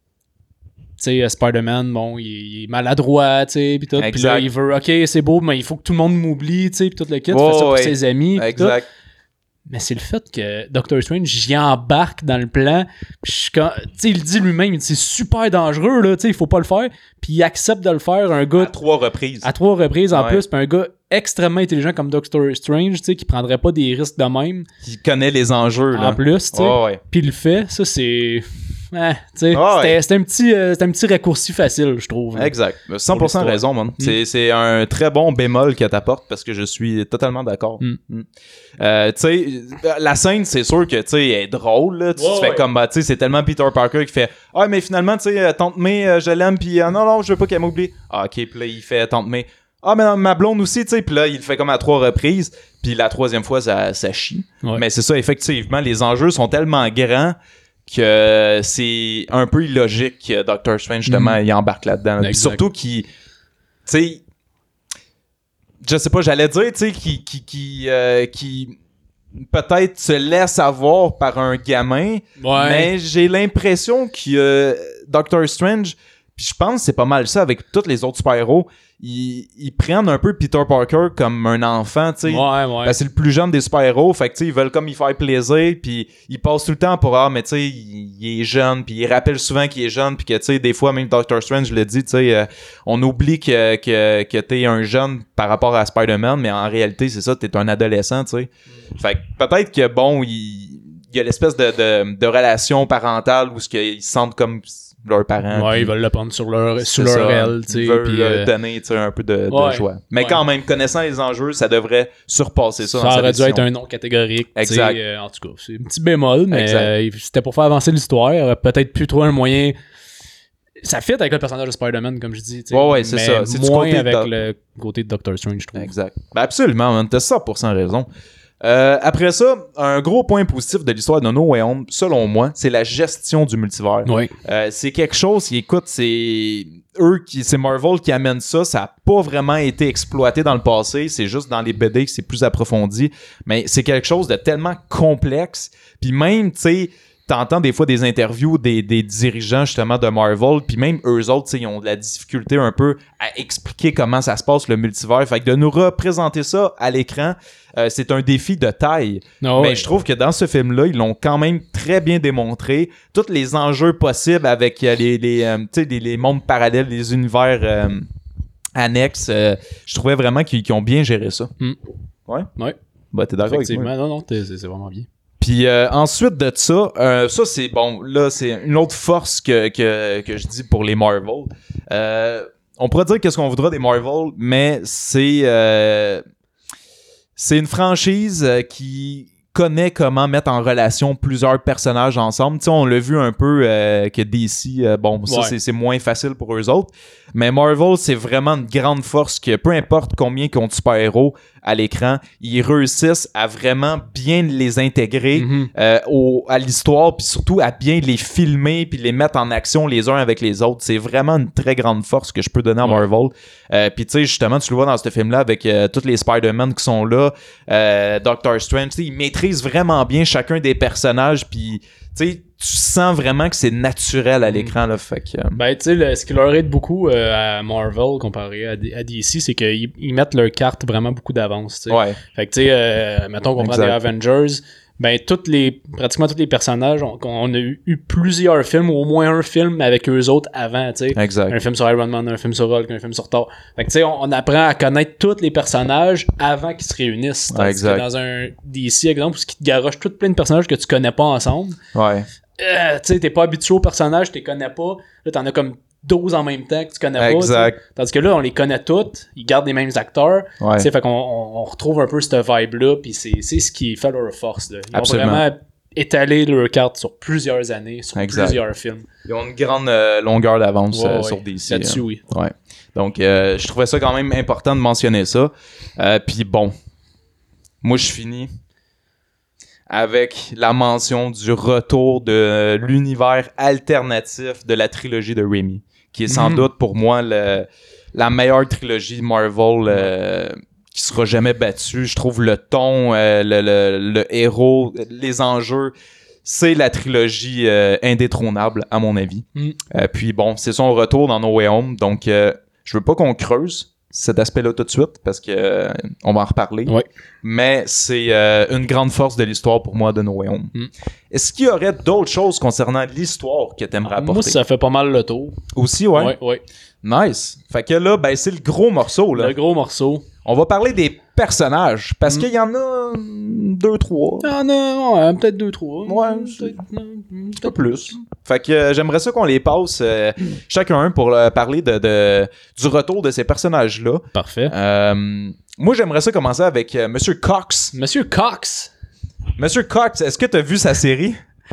sais, Spider-Man, bon, il est maladroit, tu sais, puis tout. Puis là, il veut, OK, c'est beau, mais il faut que tout le monde m'oublie, tu sais, puis tout le kit. Il fait ça pour ses amis. Exact. Tout. Mais c'est le fait que Doctor Strange, j'y embarque dans le plan. Puis tu sais, il dit lui-même, c'est super dangereux, là, tu sais, il faut pas le faire. Puis il accepte de le faire, un gars... À 3 reprises. À 3 reprises en plus, puis un gars extrêmement intelligent comme Doctor Strange, tu sais, qui prendrait pas des risques de même. Qui connaît les enjeux, là. En plus, tu sais. Puis il le fait, ça, c'est... c'était un petit raccourci facile, je trouve. Exact. 100% raison, man. C'est un très bon bémol que t'apportes parce que je suis totalement d'accord. Tu sais, la scène, c'est sûr que, tu sais, elle est drôle, là. Tu fais comme, tu sais, c'est tellement Peter Parker qui fait « Ah, mais finalement, tu sais, Tante May, je l'aime, puis non, je veux pas qu'elle m'oublie. » Ah, OK, puis là, il fait Tante May. Ah, mais non, ma blonde aussi, tu sais. Puis là, il le fait comme à 3 reprises. Puis la 3e fois, ça chie. Mais c'est ça, effectivement, les enjeux sont tellement grands que c'est un peu illogique que Doctor Strange, justement, il embarque là-dedans. Puis surtout qu'il... Tu sais... Je sais pas, j'allais dire, tu sais, qui peut-être se laisse avoir par un gamin. Mais j'ai l'impression que Doctor Strange... Puis je pense que c'est pas mal ça avec tous les autres super-héros. Ils prennent un peu Peter Parker comme un enfant, tu sais. Ben, c'est le plus jeune des super-héros, fait que tu sais, ils veulent comme y faire plaisir, puis ils passent tout le temps pour mais tu sais, il est jeune, puis il rappelle souvent qu'il est jeune, puis que tu sais, des fois même Doctor Strange le dit, tu sais, on oublie que t'es un jeune par rapport à Spider-Man, mais en réalité, c'est ça, t'es un adolescent, tu sais. Fait que peut-être que bon, il y a l'espèce de relation parentale où ils se sentent comme leurs parents. Ils veulent le prendre sur leur aile, tu sais. Ils veulent donner un peu de joie. Mais quand même, connaissant les enjeux, ça devrait surpasser ça. Ça aurait dû être un nom catégorique. Exact. En tout cas, c'est un petit bémol, mais c'était pour faire avancer l'histoire. Peut-être plus trop un moyen... Ça fit avec le personnage de Spider-Man, comme je dis. Ouais, c'est ça. C'est moins avec le côté de Doctor Strange, je trouve. Exact. Ben absolument, man. T'as 100% raison. Après ça, un gros point positif de l'histoire de No Way Home, selon moi, c'est la gestion du multivers. C'est quelque chose qui, écoute, c'est Marvel qui amène ça. Ça n'a pas vraiment été exploité dans le passé. C'est juste dans les BD que c'est plus approfondi. Mais c'est quelque chose de tellement complexe. Puis même, tu sais, t'entends des fois des interviews des dirigeants justement de Marvel, puis même eux autres, ils ont de la difficulté un peu à expliquer comment ça se passe le multivers. Fait que de nous représenter ça à l'écran, c'est un défi de taille. Mais je trouve que dans ce film-là, ils l'ont quand même très bien démontré. Tous les enjeux possibles avec les mondes parallèles, les univers annexes, je trouvais vraiment qu'ils ont bien géré ça. Ouais? Ouais. Bah, t'es d'accord avec moi? Non, c'est vraiment bien. Puis ensuite de ça, ça c'est bon, là c'est une autre force que je dis pour les Marvel. On pourrait dire qu'est-ce qu'on voudra des Marvel, mais c'est une franchise qui connaît comment mettre en relation plusieurs personnages ensemble. Tu sais, on l'a vu un peu que DC, c'est moins facile pour eux autres. Mais Marvel, c'est vraiment une grande force que peu importe combien ils ont de super-héros à l'écran, ils réussissent à vraiment bien les intégrer à l'histoire, puis surtout à bien les filmer puis les mettre en action les uns avec les autres. C'est vraiment une très grande force que je peux donner à Marvel. Puis tu sais, justement, tu le vois dans ce film-là avec tous les Spider-Man qui sont là, Doctor Strange, tu sais, ils maîtrisent vraiment bien chacun des personnages, puis tu sais, tu sens vraiment que c'est naturel à l'écran, là, fait que... Ben, tu sais, ce qui leur aide beaucoup à Marvel comparé à DC, c'est qu'ils mettent leurs cartes vraiment beaucoup d'avance, tu sais. Ouais. Fait que, tu sais, mettons qu'on prend des Avengers, ben, pratiquement tous les personnages, on a eu plusieurs films, ou au moins un film avec eux autres avant, tu sais. Exact. Un film sur Iron Man, un film sur Hulk, un film sur Thor. Fait que, tu sais, on apprend à connaître tous les personnages avant qu'ils se réunissent. Tandis que dans un DC, exemple, où ils te garochent tout plein de personnages que tu connais pas ensemble. Ouais. Tu sais, t'es pas habitué aux personnages, tu les connais pas. Là, t'en as comme 12 en même temps que tu connais pas. Exact. Tandis que là, on les connaît toutes, ils gardent les mêmes acteurs. Ouais. Tu sais, fait qu'on retrouve un peu cette vibe-là, puis c'est ce qui fait leur force. Là. Ils Absolument. ont vraiment étalé leur carte sur plusieurs années, sur plusieurs films. Ils ont une grande longueur d'avance sur DC. Là-dessus, oui. Ouais. Donc, je trouvais ça quand même important de mentionner ça. Puis bon, moi, je finis avec la mention du retour de l'univers alternatif de la trilogie de Raimi, qui est sans doute pour moi la meilleure trilogie Marvel qui sera jamais battue. Je trouve le ton, le héros, les enjeux, c'est la trilogie indétrônable à mon avis. Puis bon, c'est son retour dans No Way Home, donc je veux pas qu'on creuse cet aspect-là tout de suite parce que on va en reparler. Ouais. Mais c'est une grande force de l'histoire pour moi de No Way Home. Est-ce qu'il y aurait d'autres choses concernant l'histoire que t'aimerais apporter? Moi, ça fait pas mal le tour. Aussi, ouais? Ouais. Nice. Fait que là, ben c'est le gros morceau, là. Le gros morceau. On va parler des personnages, parce qu'il y en a 2-3. Ah non, peut-être 2-3. Ouais, pas plus. Fait que j'aimerais ça qu'on les passe chacun pour parler du retour de ces personnages-là. Parfait. Moi, j'aimerais ça commencer avec Monsieur Cox. Monsieur Cox. Monsieur Cox, est-ce que t'as vu sa série?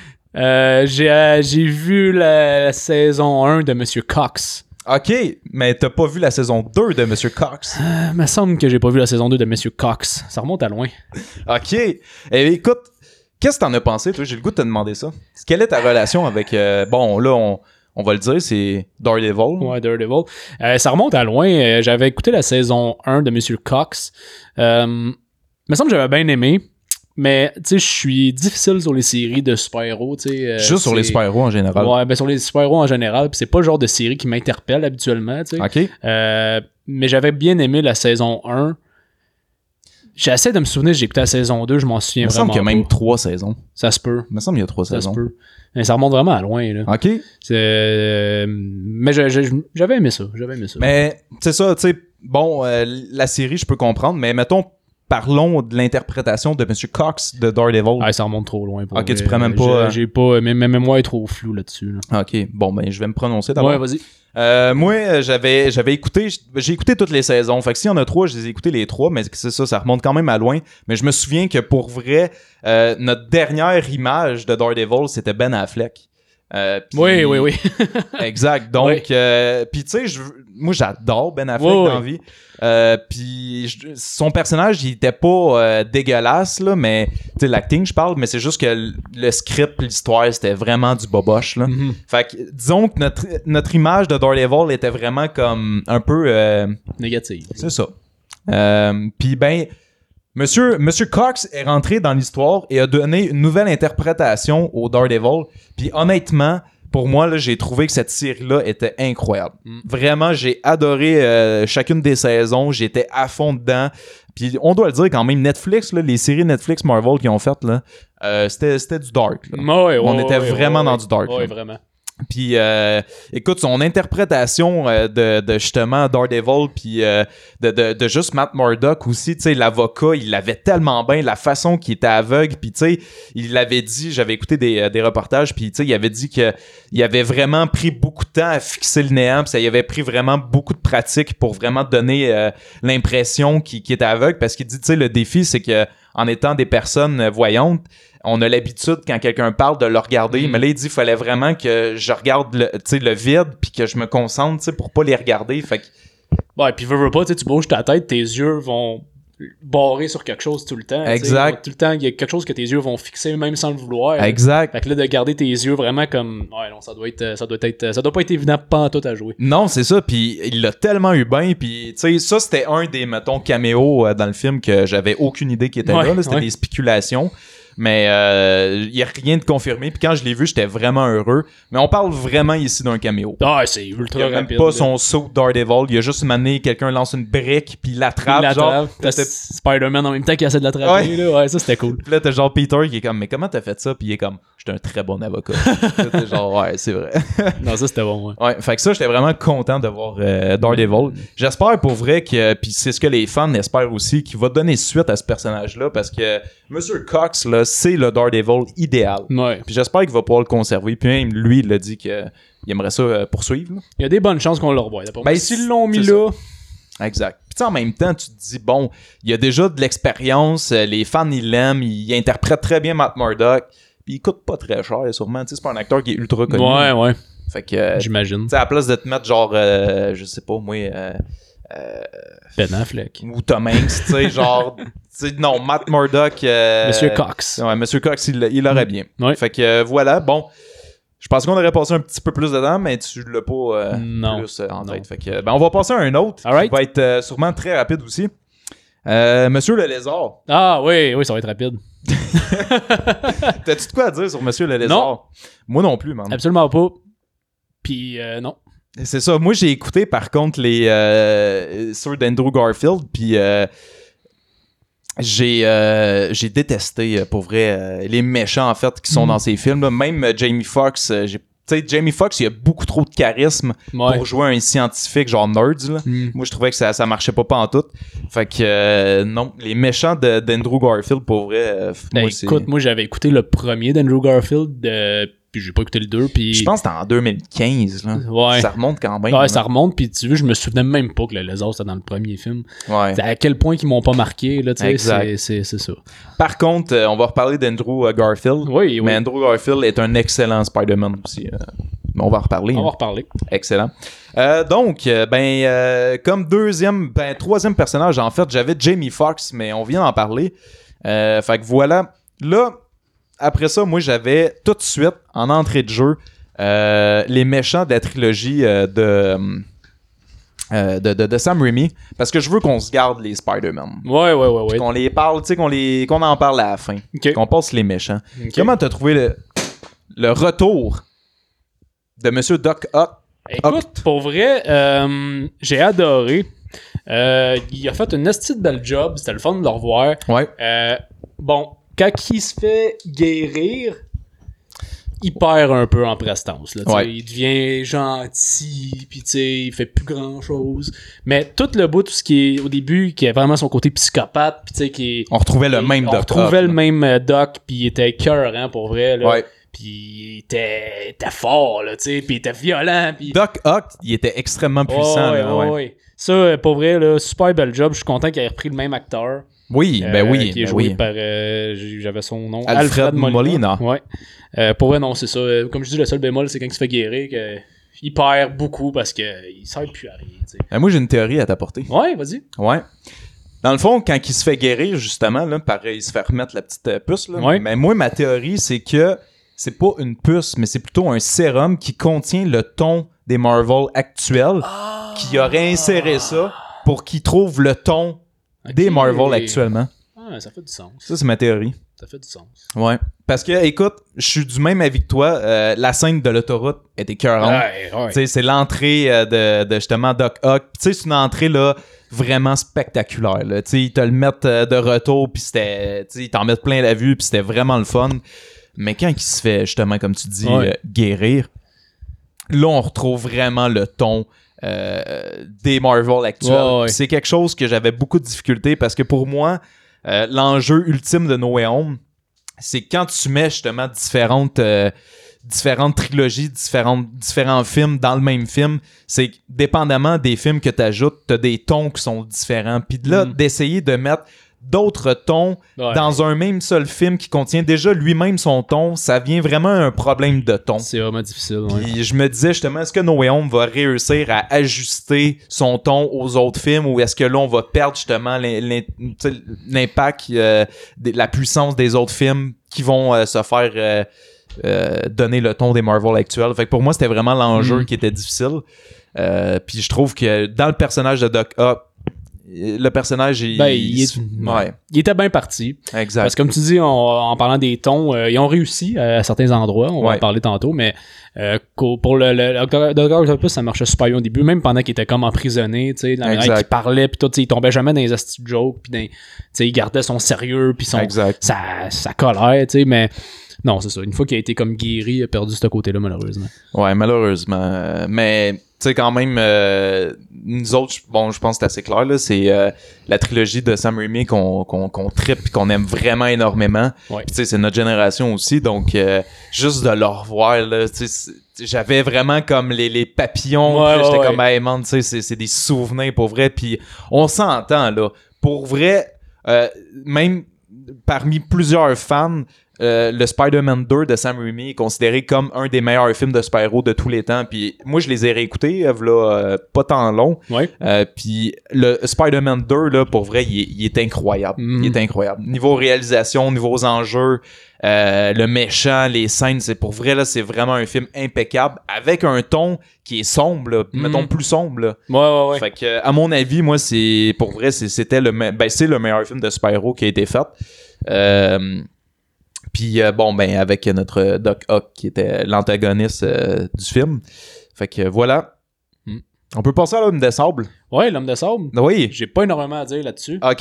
J'ai vu la saison 1 de Monsieur Cox. Ok, mais t'as pas vu la saison 2 de Monsieur Cox? Me semble que j'ai pas vu la saison 2 de Monsieur Cox. Ça remonte à loin. Ok. Écoute, qu'est-ce que t'en as pensé, toi? J'ai le goût de te demander ça. Quelle est ta relation avec... bon, là, on va le dire, c'est Daredevil. Ouais, Daredevil. Ça remonte à loin. J'avais écouté la saison 1 de Monsieur Cox. Me semble que j'avais bien aimé. Mais, tu sais, je suis difficile sur les séries de super-héros, tu sais. Juste sur les super-héros en général. Ouais, ben sur les super-héros en général. Pis c'est pas le genre de série qui m'interpelle habituellement, tu sais. OK. Mais j'avais bien aimé la saison 1. J'essaie de me souvenir, j'ai écouté la saison 2, je m'en souviens vraiment. Il me semble qu'il y a même 3 saisons. Ça se peut. Il me semble qu'il y a 3 saisons. Ça se peut. Mais ça remonte vraiment à loin, là. OK. Mais j'avais aimé ça. Mais, c'est ça, tu sais, bon, la série, je peux comprendre, mais mettons, parlons de l'interprétation de Monsieur Cox de Daredevil. Ah, ça remonte trop loin. Ok, tu pourrais même pas... J'ai pas... Ma mémoire est trop floue là-dessus. Là. Ok, bon, ben, je vais me prononcer d'abord. Ouais, vas-y. Moi, j'avais écouté... J'ai écouté toutes les saisons. Fait que s'il y en a 3, je les ai écoutés les 3, mais c'est ça remonte quand même à loin. Mais je me souviens que pour vrai, notre dernière image de Daredevil, c'était Ben Affleck. Oui. Exact. Donc, puis tu sais, moi, j'adore Ben Affleck dans la vie. Puis son personnage, il était pas dégueulasse, là, mais tu sais, l'acting, je parle, mais c'est juste que le script, l'histoire, c'était vraiment du boboche, là. Fait que, disons que notre image de Daredevil était vraiment comme un peu... négative. C'est ça. Puis ben... Monsieur Cox est rentré dans l'histoire et a donné une nouvelle interprétation au Daredevil. Puis honnêtement, pour moi, là, j'ai trouvé que cette série-là était incroyable. Vraiment, j'ai adoré chacune des saisons. J'étais à fond dedans. Puis on doit le dire quand même, Netflix, là, les séries Netflix Marvel qu'ils ont faites, là, c'était du dark. Là. On était vraiment dans du dark. Oui, vraiment. Puis, écoute, son interprétation de justement Daredevil, puis de juste Matt Murdock aussi, tu sais, l'avocat, il l'avait tellement bien, la façon qu'il était aveugle, puis tu sais, il l'avait dit, j'avais écouté des reportages, puis tu sais, il avait dit que il avait vraiment pris beaucoup de temps à fixer le néant, puis ça y avait pris vraiment beaucoup de pratique pour vraiment donner l'impression qu'il était aveugle, parce qu'il dit, tu sais, le défi, c'est que en étant des personnes voyantes, on a l'habitude, quand quelqu'un parle, de le regarder. Mais là, il dit qu'il fallait vraiment que je regarde le vide puis que je me concentre pour pas les regarder. Fait que... Ouais, puis veux pas, tu bouges ta tête, tes yeux vont barrer sur quelque chose tout le temps. Exact. Tout le temps, il y a quelque chose que tes yeux vont fixer même sans le vouloir. Exact. Fait que là, de garder tes yeux vraiment comme... Ouais, non, ça doit pas être évident pantoute à jouer. Non, c'est ça. Puis il l'a tellement eu bien. Puis tu sais, ça, c'était un des, mettons, caméos dans le film que j'avais aucune idée qui était là. C'était des spéculations. Mais il n'y a rien de confirmé. Puis quand je l'ai vu, j'étais vraiment heureux. Mais on parle vraiment ici d'un caméo. Ah, c'est ultra rapide. Il n'y a même pas son saut Daredevil. Il y a juste une année, quelqu'un lance une brique, puis il l'attrape. Genre, Spider-Man en même temps qu'il essaie de l'attraper. Ouais. Ouais, ça c'était cool. Puis là, t'as genre Peter qui est comme, mais comment t'as fait ça? Puis il est comme, j'étais un très bon avocat. T'es genre, ouais, c'est vrai. Non, ça c'était bon, ouais. Ouais, fait que ça, j'étais vraiment content de voir Daredevil. J'espère pour vrai que, puis c'est ce que les fans espèrent aussi, qu'il va donner suite à ce personnage-là, parce que Monsieur Cox, là, c'est le Daredevil idéal. Ouais. Puis j'espère qu'il va pouvoir le conserver. Puis même lui, il a dit qu'il aimerait ça poursuivre. Là. Il y a des bonnes chances qu'on le revoie. Ben, s'ils l'ont mis là... Exact. Puis en même temps, tu te dis, bon, il y a déjà de l'expérience, les fans, ils l'aiment, il interprète très bien Matt Murdock, puis il coûte pas très cher, sûrement. Tu sais, c'est pas un acteur qui est ultra connu. Ouais. Fait que... J'imagine. Tu sais, à la place de te mettre genre, je sais pas, moi... Ben Affleck. Ou Tom Hanks, tu sais, genre... non, Matt Murdock... Monsieur Cox. Ouais, Monsieur Cox, il l'aurait bien. Ouais. Fait que voilà, bon... Je pense qu'on aurait passé un petit peu plus de temps, mais tu l'as pas plus en tête. Fait que, on va passer à un autre qui va être sûrement très rapide aussi. Monsieur le Lézard. Ah oui, ça va être rapide. T'as-tu de quoi à dire sur Monsieur le Lézard? Non. Moi non plus, man. Absolument pas. Puis non. C'est ça. Moi, j'ai écouté par contre les ceux d'Andrew Garfield, puis j'ai détesté pour vrai les méchants en fait qui sont dans ces films là. Même Jamie Foxx, tu sais, Jamie Foxx, il a beaucoup trop de charisme pour jouer un scientifique genre nerds là. Moi je trouvais que ça marchait pas en tout. Fait que non, les méchants d'Andrew Garfield pour vrai moi j'avais écouté le premier d'Andrew Garfield puis j'ai pas écouté le 2 puis je pense que c'était en 2015 là. Ouais. Ça remonte quand même. Ouais, là. ça remonte puis tu vois, je me souvenais même pas que le lézard c'était dans le premier film. Ouais. C'est à quel point qu'ils m'ont pas marqué là, tu sais, c'est ça. Par contre, on va reparler d'Andrew Garfield. Oui. Mais Andrew Garfield est un excellent Spider-Man aussi. On va en reparler. On va reparler. Excellent. Donc, comme troisième personnage, en fait, j'avais Jamie Foxx, mais on vient d'en parler. Fait que voilà. Là, après ça, moi, j'avais tout de suite, en entrée de jeu, les méchants de la trilogie de Sam Raimi, parce que je veux qu'on se garde les Spider-Man. Ouais. Qu'on les parle, tu sais, qu'on en parle à la fin. Okay. Qu'on passe les méchants. Okay. Comment t'as trouvé le retour de Monsieur Doc Ock? Écoute, pour vrai, j'ai adoré. Il a fait une esti de belle job. C'était le fun de le revoir. Ouais. Bon, quand il se fait guérir, il perd un peu en prestance. Là, ouais. Il devient gentil, puis il fait plus grand chose. Mais tout le bout, tout ce qui est au début, qui est vraiment son côté psychopathe, puis on retrouvait le même Doc. On retrouvait le même Doc, puis il était écœurant pour vrai. Là. Ouais. Puis il était fort, là, tu sais, puis il était violent. Pis... Doc Ock, il était extrêmement puissant. Ouais. Ça, pour vrai, là, super bel job. Je suis content qu'il ait repris le même acteur. Oui, oui. Qui est joué par, j'avais son nom, Alfred Molina. Ouais. Pour vrai, non, c'est ça. Comme je dis, le seul bémol, c'est quand il se fait guérir, qu'il perd beaucoup parce qu'il sert plus à rien, tu sais. Moi, j'ai une théorie à t'apporter. Ouais, vas-y. Ouais. Dans le fond, quand il se fait guérir, justement, là, pareil, il se fait remettre la petite puce, là. Ouais. Mais moi, ma théorie, c'est que c'est pas une puce, mais c'est plutôt un sérum qui contient le ton des Marvel actuels, qui aurait inséré ça pour qu'il trouve le ton des Marvel actuellement. Ah, ça fait du sens. Ça, c'est ma théorie. Ça fait du sens. Ouais. Parce que, écoute, je suis du même avis que toi. La scène de l'autoroute est écœurante. Ouais. Tu sais, c'est l'entrée de justement Doc Ock. Tu sais, c'est une entrée là vraiment spectaculaire. Tu sais, ils te le mettent de retour, puis c'était, tu sais, ils t'en mettent plein la vue, puis c'était vraiment le fun. Mais quand il se fait justement, comme tu dis, guérir, là, on retrouve vraiment le ton des Marvel actuels. C'est quelque chose que j'avais beaucoup de difficultés parce que pour moi, l'enjeu ultime de No Way Home, c'est quand tu mets justement différentes trilogies, différents films dans le même film, c'est que dépendamment des films que tu ajoutes, tu as des tons qui sont différents. Puis là, d'essayer de mettre d'autres tons dans un même seul film qui contient déjà lui-même son ton, ça vient vraiment un problème de ton. C'est vraiment difficile. Puis je me disais justement, est-ce que No Way Home va réussir à ajuster son ton aux autres films ou est-ce que là on va perdre justement l'impact, la puissance des autres films qui vont se faire donner le ton des Marvel actuels. Fait que pour moi, c'était vraiment l'enjeu qui était difficile. Puis je trouve que dans le personnage de Doc Ock, le personnage, il était bien parti. Exact. Parce que comme tu dis, en parlant des tons, ils ont réussi à certains endroits. On va en parler tantôt, mais pour le Dr. Octopus, ça marchait super bien au début, même pendant qu'il était comme emprisonné, tu sais, la manière qu'il parlait, puis tout, il tombait jamais dans les astuces jokes, puis il gardait son sérieux, puis sa colère, tu sais, mais non, c'est ça. Une fois qu'il a été comme guéri, il a perdu ce côté-là, malheureusement. Ouais, malheureusement. Mais, tu sais, quand même, nous autres, bon, je pense que c'est assez clair, là, c'est la trilogie de Sam Raimi qu'on trippe et qu'on aime vraiment énormément. Ouais. Puis, tu sais, c'est notre génération aussi, donc juste de le revoir, là, tu sais, j'avais vraiment comme les papillons. J'étais comme, hey man, tu sais, c'est des souvenirs pour vrai. Puis, on s'entend, là. Pour vrai, même parmi plusieurs fans, le Spider-Man 2 de Sam Raimi est considéré comme un des meilleurs films de super-héros de tous les temps. Puis moi, je les ai réécoutés, pas tant long. Ouais. Puis le Spider-Man 2, là, pour vrai, il est incroyable. Il est incroyable. Niveau réalisation, niveau enjeux, le méchant, les scènes, c'est pour vrai, là, c'est vraiment un film impeccable avec un ton qui est sombre, là, mettons plus sombre. Là. Ouais. Fait que, à mon avis, moi, c'est pour vrai, c'est le meilleur film de super-héros qui a été fait. Puis avec notre Doc Ock qui était l'antagoniste du film. Fait que voilà. On peut passer à l'Homme de Sable. Ouais, l'Homme de Sable. Oui. J'ai pas énormément à dire là-dessus. OK.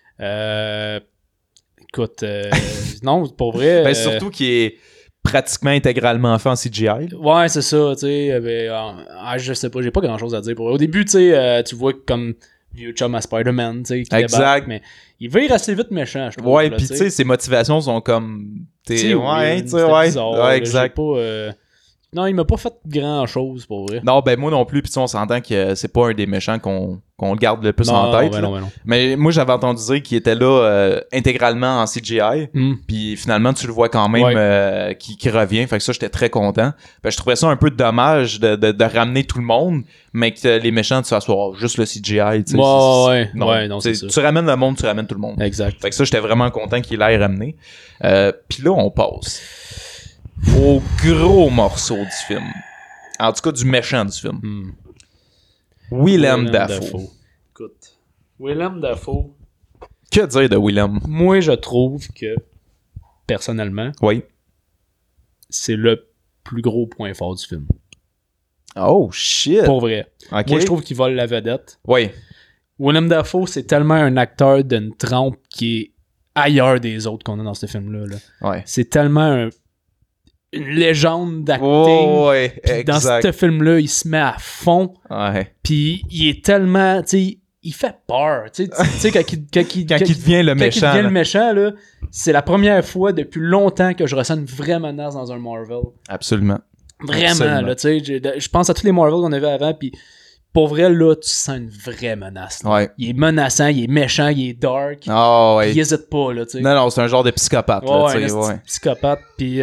Écoute, non, pour vrai. Surtout qu'il est pratiquement intégralement fait en CGI. Ouais, c'est ça, tu sais. Je sais pas, j'ai pas grand-chose à dire. Au début, tu sais, tu vois comme vieux chum à Spider-Man, tu sais, qui débarque, mais il vire assez vite méchant, je trouve. Ouais, pis tu sais, ses motivations sont comme... Ouais, exact. Non, il m'a pas fait grand-chose, pour vrai. Non, ben moi non plus, pis on s'entend que c'est pas un des méchants qu'on garde le plus en tête. Non. Mais moi, j'avais entendu dire qu'il était là intégralement en CGI, puis finalement, tu le vois quand même qui revient, fait que ça, j'étais très content. Ben, je trouvais ça un peu dommage de ramener tout le monde, mais que les méchants, tu soient juste le CGI, tu sais. Non, c'est ça. Tu ramènes le monde, tu ramènes tout le monde. Exact. Fait que ça, j'étais vraiment content qu'il l'ait ramené. Puis là, on passe au gros morceau du film. En tout cas, du méchant du film. Willem Dafoe. Écoute, Willem Dafoe. Que dire de Willem? Moi, je trouve que, personnellement, c'est le plus gros point fort du film. Oh, shit! Pour vrai. Okay. Moi, je trouve qu'il vole la vedette. Oui. Willem Dafoe, c'est tellement un acteur d'une trempe qui est ailleurs des autres qu'on a dans ce film-là. Là. Ouais. C'est tellement une légende d'acting. Dans ce film-là, il se met à fond. Ouais. Puis il est tellement, tu sais, il fait peur. Tu sais, quand il devient le méchant. Quand il devient le méchant, là, c'est la première fois depuis longtemps que je ressens une vraie menace dans un Marvel. Absolument. Vraiment, là, tu sais, je pense à tous les Marvel qu'on avait avant, puis pour vrai, là, tu sens une vraie menace. Ouais. Il est menaçant, il est méchant, il est dark. Oh, ouais. Il hésite pas, là, tu sais. Non, c'est un genre de psychopathe, là, tu sais. Psychopathe, puis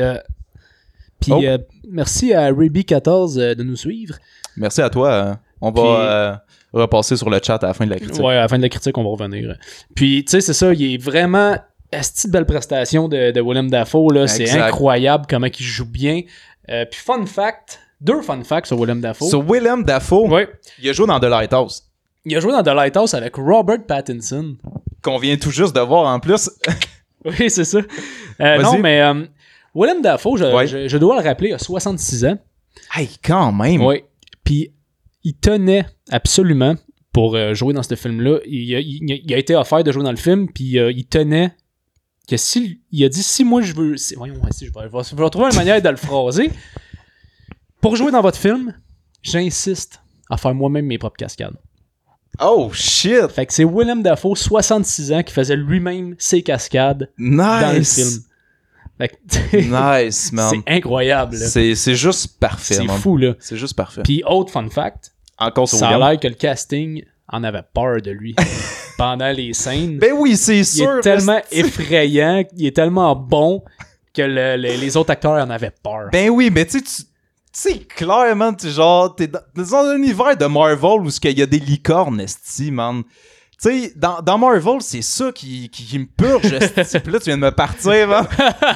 merci à Ruby14 de nous suivre. Merci à toi. On va repasser sur le chat à la fin de la critique. Ouais, à la fin de la critique, on va revenir. Puis, tu sais, c'est ça, il est vraiment... Esti de belle prestation de Willem Dafoe, là. C'est incroyable comment il joue bien. Puis, deux fun facts sur Willem Dafoe. Sur Willem Dafoe, il a joué dans The Lighthouse. Il a joué dans The Lighthouse avec Robert Pattinson. Qu'on vient tout juste de voir en plus. Oui, c'est ça. Non, mais Willem Dafoe, je dois le rappeler, a 66 ans. Hey, quand même! Oui. Puis, il tenait absolument pour jouer dans ce film-là. Il a été offert de jouer dans le film, puis il tenait que il a dit si moi je veux... je vais trouver une manière de le phraser. Pour jouer dans votre film, j'insiste à faire moi-même mes propres cascades. Oh shit! Fait que c'est Willem Dafoe, 66 ans, qui faisait lui-même ses cascades dans le film. Fait que, nice, man. C'est incroyable. Là. C'est juste parfait, C'est man. fou, là. C'est juste parfait. Puis, autre fun fact, encore ça a l'air que le casting en avait peur de lui pendant les scènes. Ben oui, c'est sûr. Il est tellement effrayant, il est tellement bon que les autres acteurs en avaient peur. Ben oui, mais tu sais, clairement, t'es dans un univers de Marvel où il y a des licornes, esti, man. Tu sais, dans Marvel, c'est ça qui me purge, esti. Puis là, tu viens de me partir, man.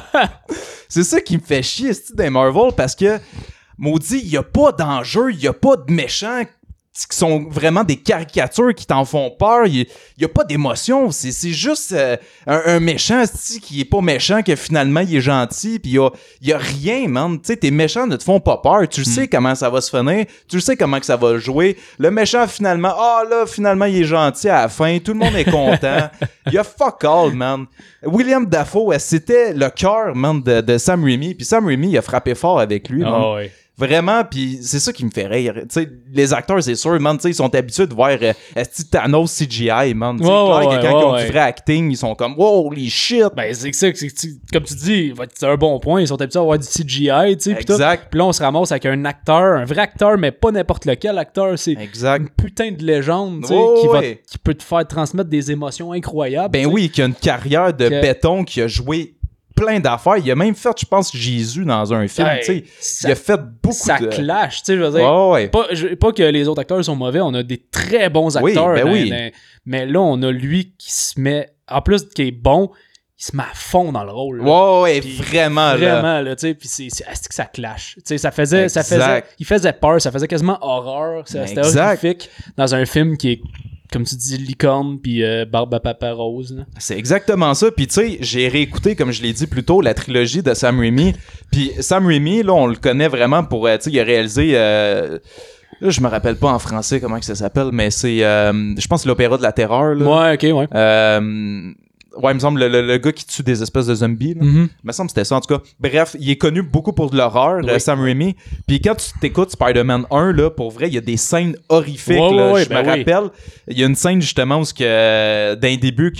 C'est ça qui me fait chier, esti, dans Marvel, parce que, maudit, il y a pas d'enjeu, il y a pas de méchants qui sont vraiment des caricatures qui t'en font peur. Il y a pas d'émotion. C'est juste un méchant qui est pas méchant, que finalement il est gentil. Puis il y a rien, man. Tu sais, tes méchants ne te font pas peur. Tu sais comment ça va se finir. Tu sais comment que ça va jouer. Le méchant, finalement, finalement il est gentil à la fin. Tout le monde est content. Il y a fuck all, man. William Dafoe, c'était le cœur, man, de Sam Raimi. Puis Sam Raimi, il a frappé fort avec lui, man. Oh, ouais. Vraiment, puis c'est ça qui me fait rire. Tu sais, les acteurs, c'est sûr, man, tu sais, ils sont habitués de voir Thanos CGI, man. Tu sais, quand ils ont du vrai acting, ils sont comme, holy shit! Ben, c'est ça, comme tu dis, c'est un bon point, ils sont habitués à avoir du CGI, tu sais, exact. Puis là, on se ramasse avec un acteur, un vrai acteur, mais pas n'importe lequel acteur, c'est exact. Une putain de légende, tu sais, qui peut te faire transmettre des émotions incroyables. Ben oui, qui a une carrière de béton, qui a joué plein d'affaires. Il a même fait, je pense, Jésus dans un film. Tu sais, il a fait beaucoup ça clash, tu sais, je veux dire. Pas que les autres acteurs sont mauvais, on a des très bons acteurs. Mais là, on a lui qui se met, en plus qui est bon, il se met à fond dans le rôle. Vraiment, là, tu sais, puis c'est que ça clash. Tu sais, ça faisait, il faisait peur, ça faisait quasiment horreur. C'était horrifique dans un film qui est, comme tu dis, licorne puis barbe à papa rose. Là. C'est exactement ça. Puis tu sais, j'ai réécouté, comme je l'ai dit plus tôt, la trilogie de Sam Raimi. Puis Sam Raimi, là, on le connaît vraiment pour, tu sais, il a réalisé... là, je me rappelle pas en français comment que ça s'appelle, mais c'est... je pense que c'est l'Opéra de la Terreur. Là. Ouais, ok, ouais. Ouais, il me semble le gars qui tue des espèces de zombies. Là. Il me semble que c'était ça, en tout cas. Bref, il est connu beaucoup pour de l'horreur, Sam Raimi. Puis quand tu t'écoutes Spider-Man 1, là, pour vrai, il y a des scènes horrifiques. Je me rappelle, il y a une scène justement où d'un début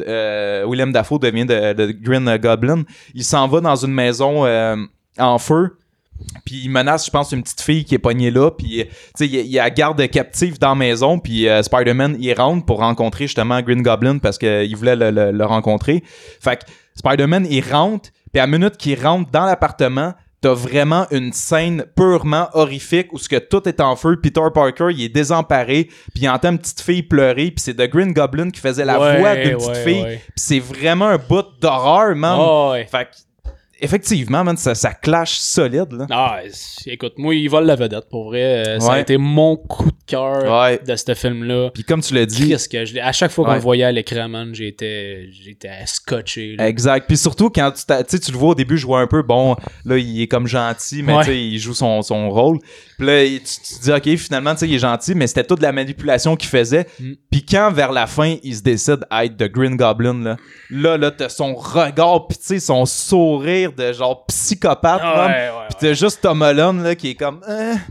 que Willem Dafoe devient de Green Goblin. Il s'en va dans une maison en feu. Puis il menace, je pense, une petite fille qui est pognée là. Puis, tu sais, il la garde captive dans la maison. Puis Spider-Man, il rentre pour rencontrer justement Green Goblin parce qu'il voulait le rencontrer. Fait que Spider-Man, il rentre. Puis à la minute qu'il rentre dans l'appartement, t'as vraiment une scène purement horrifique où ce que tout est en feu. Peter Parker, il est désemparé. Puis il entend une petite fille pleurer. Puis c'est The Green Goblin qui faisait la voix d'une petite fille. Puis c'est vraiment un bout d'horreur, man. Fait que effectivement, man, ça clash solide, là. Ah, écoute, moi, il vole la vedette, pour vrai. Ça a été mon coup de cœur de ce film-là. Puis comme tu l'as dit... à chaque fois qu'on le voyait à l'écran, man, j'étais scotché. Là. Exact. Puis surtout, quand tu le vois au début jouer un peu, bon, là, il est comme gentil, mais tu sais, il joue son rôle. Puis là, tu te dis, OK, finalement, tu sais, il est gentil, mais c'était toute la manipulation qu'il faisait. Puis quand, vers la fin, il se décide à être The Green Goblin, là, t'as son regard, pis tu sais, son sourire de genre psychopathe, pis t'as juste Tom Holland, là, qui est comme...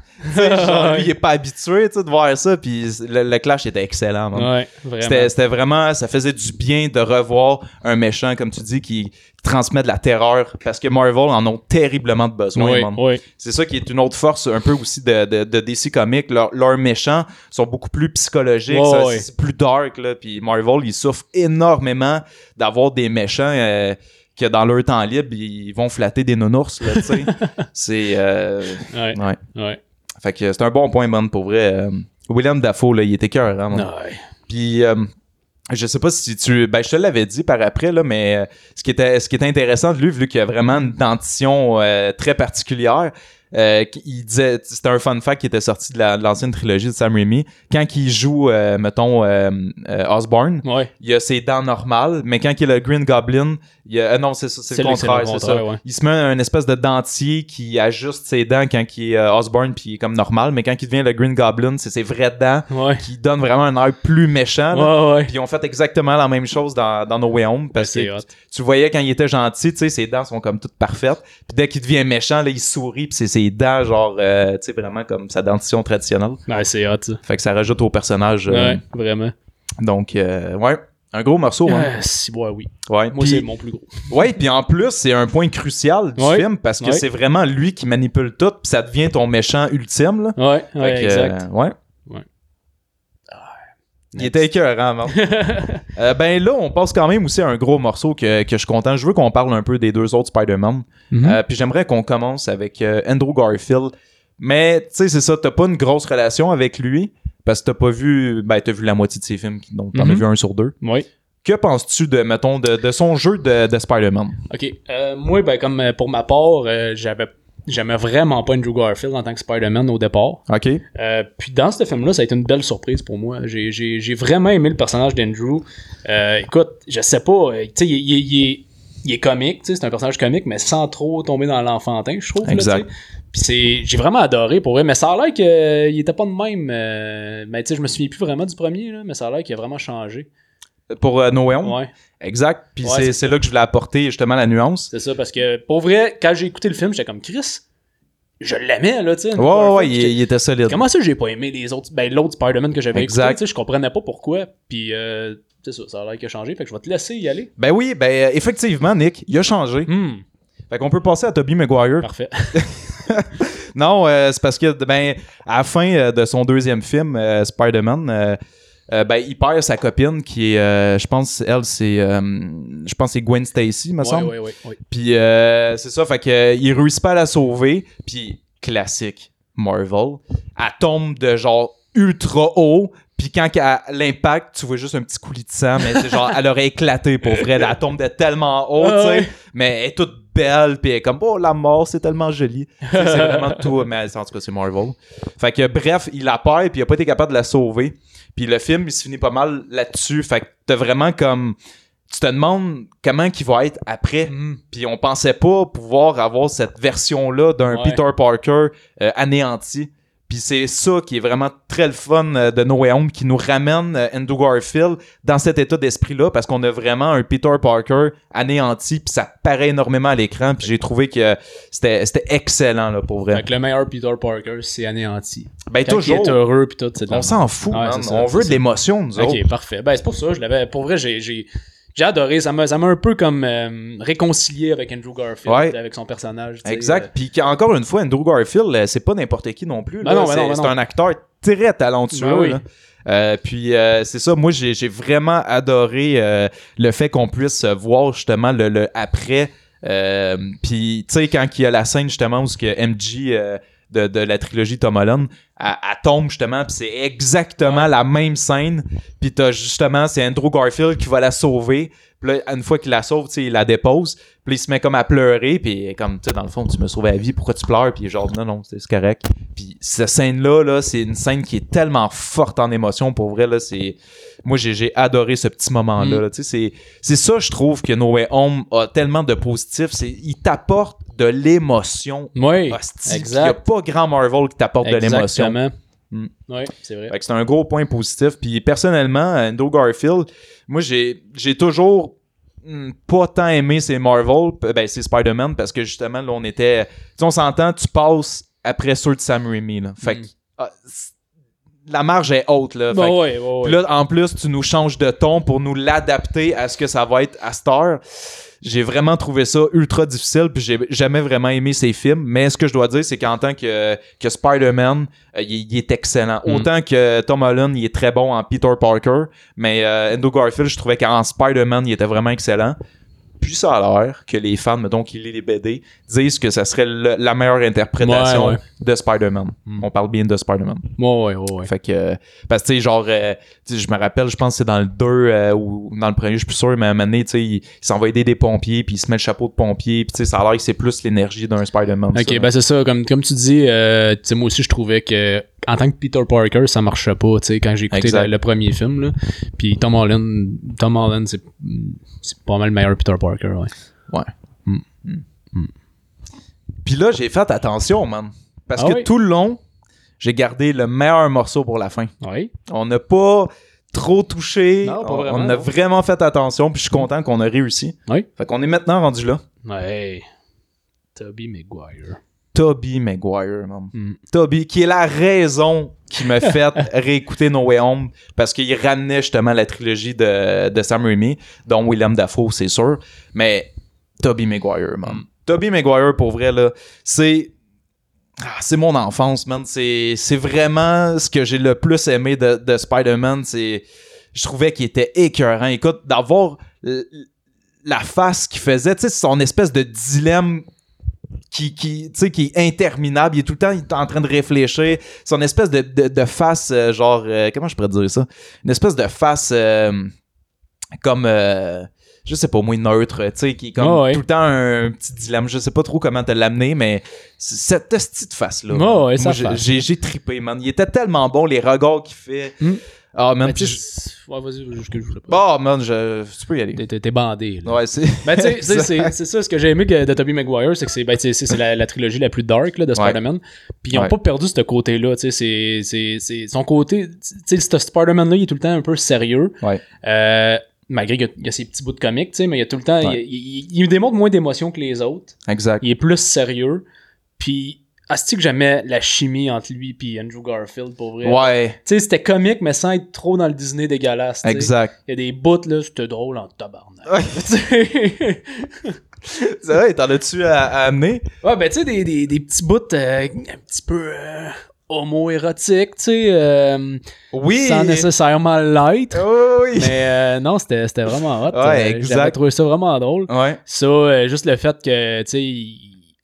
genre, lui, il est pas habitué, de voir ça, pis le clash était excellent, man. Vraiment. C'était vraiment... Ça faisait du bien de revoir un méchant, comme tu dis, qui transmet de la terreur, parce que Marvel en ont terriblement de besoin, man. C'est ça qui est une autre force, un peu aussi de DC Comics. Leurs méchants sont beaucoup plus psychologiques, c'est plus dark, là, pis Marvel, ils souffrent énormément d'avoir des méchants... que dans leur temps libre, ils vont flatter des nounours, là, tu sais. C'est... Fait que c'est un bon point, man, pour vrai. Willem Dafoe, là, il était écœurant, man. Puis, je sais pas si je te l'avais dit par après, là, mais ce qui était intéressant de lui, vu qu'il y a vraiment une dentition très particulière, il disait, c'était un fun fact qui était sorti de l'ancienne trilogie de Sam Raimi. Quand il joue, mettons, Osborn, il a ses dents normales, mais quand il a le Green Goblin, il a, non, c'est le contraire, c'est ça. Il se met un espèce de dentier qui ajuste ses dents quand il est Osborn, puis il est comme normal, mais quand il devient le Green Goblin, c'est ses vraies dents qui donnent vraiment un air plus méchant. Puis ils ont fait exactement la même chose dans No Way Home, parce que tu voyais quand il était gentil, tu sais, ses dents sont comme toutes parfaites, puis dès qu'il devient méchant, là, il sourit, puis c'est ses dents, genre, tu sais, vraiment comme sa dentition traditionnelle. Ouais, c'est hot, ça. Fait que ça rajoute au personnage. Ouais, vraiment. Donc, ouais, un gros morceau. Hein. Si, oui. Ouais. Moi, c'est mon plus gros. Ouais, puis en plus, c'est un point crucial du film parce que c'est vraiment lui qui manipule tout, puis ça devient ton méchant ultime, là. Ouais, exact. Ouais. Il était écœurant, man. Ben là, on passe quand même aussi à un gros morceau que je suis content. Je veux qu'on parle un peu des deux autres Spider-Man. Puis j'aimerais qu'on commence avec Andrew Garfield. Mais, tu sais, c'est ça, t'as pas une grosse relation avec lui parce que t'as pas vu... Ben, t'as vu la moitié de ses films, donc t'en as vu 1 sur 2. Oui. Que penses-tu de, mettons, de son jeu de Spider-Man? OK. Moi, ben, comme pour ma part, j'aimais vraiment pas Andrew Garfield en tant que Spider-Man au départ. OK. Puis dans ce film-là, ça a été une belle surprise pour moi. J'ai vraiment aimé le personnage d'Andrew. Écoute, je sais pas, tu sais, il est comique, tu sais, c'est un personnage comique, mais sans trop tomber dans l'enfantin, je trouve. Exact. Là, puis j'ai vraiment adoré pour vrai, mais ça a l'air qu'il était pas de même. Mais tu sais, je me souviens plus vraiment du premier, là, mais ça a l'air qu'il a vraiment changé. Pour No Way Home? Ouais. Exact. Puis Ouais, c'est là que je voulais apporter justement la nuance. C'est ça, parce que pour vrai, quand j'ai écouté le film, j'étais comme Chris. Je l'aimais, là, tu sais. Ouais, il était solide. Comment ça, j'ai pas aimé les autres, l'autre Spider-Man que j'avais écouté, tu sais, je comprenais pas pourquoi. Puis, c'est ça a l'air qu'il a changé, fait que je vais te laisser y aller. Ben oui, ben effectivement, Nick, il a changé. Fait qu'on peut passer à Tobey Maguire. Parfait. Non, c'est parce que, ben, à la fin de son deuxième film, Spider-Man, ben, il perd sa copine qui est, je pense, elle, c'est Gwen Stacy, me semble. Ouais. Puis c'est ça, fait que il réussit pas à la sauver. Puis classique Marvel, elle tombe de genre ultra haut. Puis quand l'impact, tu vois juste un petit coulis de sang, mais c'est genre, elle aurait éclaté pour vrai. Elle tombe de tellement haut, tu sais. Mais elle est toute belle, puis elle est comme, oh, la mort, c'est tellement joli. C'est vraiment tout, mais en tout cas, c'est Marvel. Fait que bref, il la perd, puis il a pas été capable de la sauver. Puis le film, il se finit pas mal là-dessus. Fait que t'as vraiment comme... Tu te demandes comment il va être après. Puis on pensait pas pouvoir avoir cette version-là d'un Peter Parker anéanti. Puis c'est ça qui est vraiment très le fun de No Way Home, qui nous ramène Andrew Garfield dans cet état d'esprit-là, parce qu'on a vraiment un Peter Parker anéanti, puis ça paraît énormément à l'écran, puis j'ai trouvé que c'était excellent, là, pour vrai. Fait que le meilleur Peter Parker, c'est anéanti. Ben quand toujours. il est heureux, puis tout, c'est on s'en fout, man. On veut de l'émotion, nous autres. Ok, parfait. Ben c'est pour ça, je l'avais... Pour vrai, j'ai adoré, ça m'a un peu comme réconcilié avec Andrew Garfield, avec son personnage. Exact. Puis encore une fois, Andrew Garfield, c'est pas n'importe qui non plus. Là. C'est un acteur très talentueux. Puis c'est ça, moi j'ai vraiment adoré le fait qu'on puisse voir justement le après. Puis tu sais, quand il y a la scène justement où que MJ de la trilogie Tom Holland, elle tombe justement, puis c'est exactement la même scène, puis t'as justement, c'est Andrew Garfield qui va la sauver, puis là, une fois qu'il la sauve, tu sais, il la dépose, puis il se met comme à pleurer, puis comme, tu sais, dans le fond, tu me sauvé la vie, pourquoi tu pleures, puis genre, non, c'est correct. Puis cette scène-là, là, c'est une scène qui est tellement forte en émotion, pour vrai, là, c'est... Moi, j'ai adoré ce petit moment-là, là, tu sais, c'est ça, je trouve, que No Way Home a tellement de positif, il t'apporte de l'émotion. Oui, exact. Il n'y a pas grand Marvel qui t'apporte de l'émotion. Oui, c'est vrai. Fait que c'est un gros point positif. Puis personnellement, Andrew Garfield, moi j'ai toujours pas tant aimé ces Marvel, c'est Spider-Man, parce que justement là on était, tu sais, on s'entend, tu passes après ceux de Sam Raimi là. Fait que la marge est haute là. Puis là en plus tu nous changes de ton pour nous l'adapter à ce que ça va être à cette heure. J'ai vraiment trouvé ça ultra difficile, puis j'ai jamais vraiment aimé ces films, mais ce que je dois dire, c'est qu'en tant que Spider-Man, il est excellent. Autant que Tom Holland, il est très bon en Peter Parker, mais Andrew Garfield, je trouvais qu'en Spider-Man, il était vraiment excellent. Puis ça a l'air que les fans, mettons qu'il lit les BD, disent que ça serait la meilleure interprétation de Spider-Man. On parle bien de Spider-Man. Ouais. Fait que, parce que tu sais, genre, je me rappelle, je pense que c'est dans le 2 ou dans le premier, je suis plus sûr, mais à un moment donné, tu sais, il s'en va aider des pompiers, puis il se met le chapeau de pompier, puis tu sais, ça a l'air que c'est plus l'énergie d'un Spider-Man. Ok, ça, ben c'est ça, comme tu dis, tu sais, moi aussi je trouvais que en tant que Peter Parker, ça marchait pas, tu sais, quand j'ai écouté le premier film, là. Puis Tom Holland, c'est pas mal le meilleur Peter Parker, ouais. Puis là, j'ai fait attention, man. Parce que tout le long, j'ai gardé le meilleur morceau pour la fin. Oui. On n'a pas trop touché. Non, pas vraiment, on a vraiment fait attention, puis je suis content qu'on a réussi. Oui. Fait qu'on est maintenant rendu là. Ouais. Tobey Maguire. Tobey Maguire, man. Tobey, qui est la raison qui m'a fait réécouter No Way Home, parce qu'il ramenait justement la trilogie de Sam Raimi, dont Willem Dafoe, c'est sûr. Mais Tobey Maguire, man. Tobey Maguire, pour vrai, là, c'est mon enfance, man. C'est vraiment ce que j'ai le plus aimé de Spider-Man. Je trouvais qu'il était écœurant. Écoute, d'avoir la face qu'il faisait, tu sais, son espèce de dilemme qui est interminable. Il est tout le temps en train de réfléchir. Son espèce de face, genre... comment je pourrais dire ça? Une espèce de face comme... je sais pas, moi, neutre, tu sais, qui est comme tout le temps un petit dilemme. Je sais pas trop comment te l'amener, mais cette petite face-là, moi, j'ai trippé, man. Il était tellement bon, les regards qu'il fait. Ah, man, ouais, vas-y, je sais pas. Ah, man, tu peux y aller. T'es bandé, là. Ouais, c'est... Ben, tu sais, c'est ça, ce que j'ai aimé de Tobey Maguire, c'est que c'est la trilogie la plus dark, là, de Spider-Man. Puis ils ont pas perdu ce côté-là, tu sais, c'est son côté... Tu sais, ce Spider-Man-là, il est tout le temps un peu sérieux. Ouais. Malgré qu'il y a ses petits bouts de comique, tu sais, mais il y a tout le temps... Il démontre moins d'émotions que les autres. Exact. Il est plus sérieux. Puis... Asti que j'aimais la chimie entre lui et Andrew Garfield, pour vrai. Ouais. Tu sais, c'était comique, mais sans être trop dans le Disney dégueulasse. T'sais. Exact. Il y a des bouts, là, c'était drôle en tabarnak. Ouais. C'est vrai, t'en as-tu à amener? Ouais, ben tu sais, des petits bouts un petit peu homo-érotiques, tu sais. Oui. Sans nécessairement l'être. Oui. Mais non, c'était vraiment hot. Ouais, exact. J'avais trouvé ça vraiment drôle. Ouais. Ça, juste le fait que, tu sais,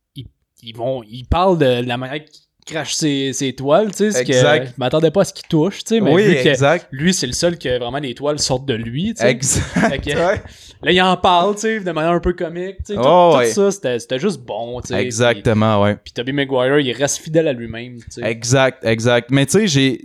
ils parlent de la manière qu'ils crachent ses toiles, tu sais, je m'attendais pas à ce qu'il touche, tu sais, mais vu que lui, c'est le seul que vraiment les toiles sortent de lui, tu sais. Exact. Que, là, il en parle, tu sais, de manière un peu comique, tu sais. Tout ça, c'était juste bon, tu sais. Exactement, ouais. Puis Tobey Maguire, il reste fidèle à lui-même, tu sais. Exact. Mais tu sais,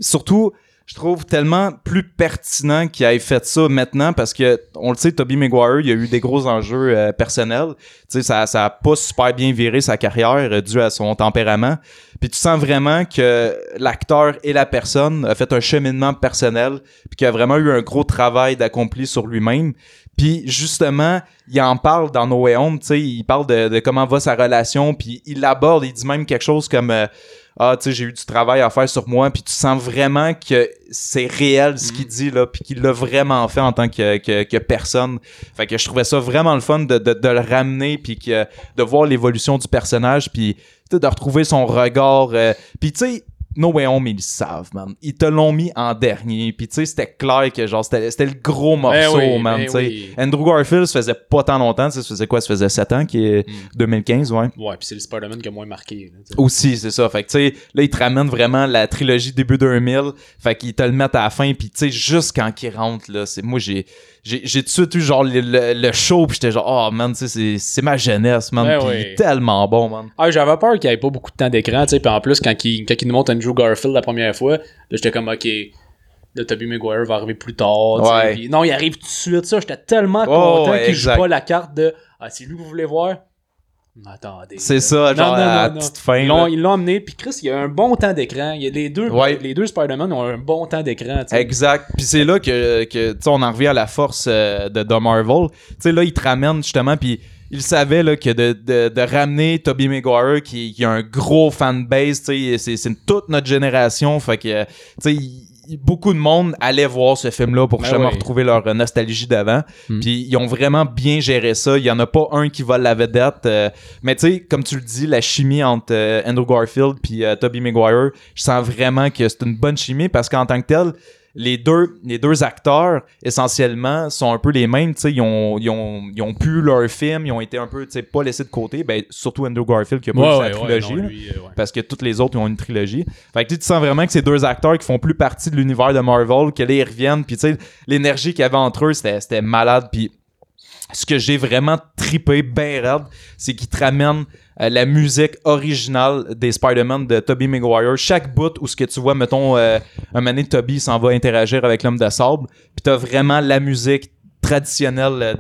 je trouve tellement plus pertinent qu'il ait fait ça maintenant, parce que, on le sait, Tobey Maguire, il a eu des gros enjeux personnels. Tu sais, ça a pas super bien viré sa carrière dû à son tempérament. Puis tu sens vraiment que l'acteur et la personne a fait un cheminement personnel, puis qu'il a vraiment eu un gros travail d'accompli sur lui-même. Puis justement, il en parle dans No Way Home, tu sais, il parle de comment va sa relation, puis il l'aborde, il dit même quelque chose comme... tu sais, j'ai eu du travail à faire sur moi, puis tu sens vraiment que c'est réel ce qu'il dit, là, puis qu'il l'a vraiment fait en tant que personne. Fait que je trouvais ça vraiment le fun de le ramener, puis de voir l'évolution du personnage, puis de retrouver son regard. Puis tu sais, No Way Home, ils le savent, man. Ils te l'ont mis en dernier. Puis, tu sais, c'était clair que, genre, c'était le gros morceau, man. Tu sais, Andrew Garfield, ça faisait pas tant longtemps. Ça faisait quoi? Ça faisait 7 ans, qui est 2015, ouais. Ouais, puis c'est le Spider-Man qui a moins marqué. Là, aussi, c'est ça. Fait que, tu sais, là, ils te ramènent vraiment la trilogie début 2000. Fait qu'ils te le mettent à la fin. Puis, tu sais, juste quand ils rentrent, là, moi, j'ai tout de suite eu, genre, le show. Puis j'étais genre, oh, man, tu sais, c'est ma jeunesse, man. Puis tellement bon, man. Ah, j'avais peur qu'il y ait pas beaucoup de temps d'écran, tu sais. Puis en plus, quand il nous montre Andrew Garfield la première fois, là, j'étais comme, ok, là, Tobey Maguire va arriver plus tard, ouais. Puis, non, il arrive tout de suite, ça. J'étais tellement content qu'il joue pas la carte de, ah, c'est lui que vous voulez voir? Attendez. C'est ça, genre, à la petite fin. Ils l'ont amené, puis Chris, il y a un bon temps d'écran. Il y a les deux Spider-Man ont un bon temps d'écran, t'sais. Exact. Puis c'est là que tu sais, on en revient à la force de Marvel. Tu sais, là, ils te ramènent justement, puis il savait là, que de ramener Tobey Maguire qui a un gros fanbase, tu sais, c'est toute notre génération, fait que tu sais, beaucoup de monde allait voir ce film-là pour justement retrouver leur nostalgie d'avant. Puis ils ont vraiment bien géré ça. Il y en a pas un qui vole la vedette. Mais tu sais, comme tu le dis, la chimie entre Andrew Garfield puis Tobey Maguire, je sens vraiment que c'est une bonne chimie parce qu'en tant que tel, les deux acteurs, essentiellement, sont un peu les mêmes. Tu sais, ils ont pu leur film, ils ont été un peu, tu sais, pas laissés de côté. Ben, surtout Andrew Garfield qui a pas eu sa trilogie. Non, lui, parce que toutes les autres, ils ont une trilogie. Fait que tu sens vraiment que ces deux acteurs qui font plus partie de l'univers de Marvel, que là, ils reviennent. Puis, tu sais, l'énergie qu'il y avait entre eux, c'était malade. Puis, ce que j'ai vraiment trippé ben raide, c'est qu'ils te ramènent la musique originale des Spider-Man de Tobey Maguire. Chaque bout où ce que tu vois, mettons, un moment donné, Tobey s'en va interagir avec l'homme de sable, puis t'as vraiment la musique traditionnelle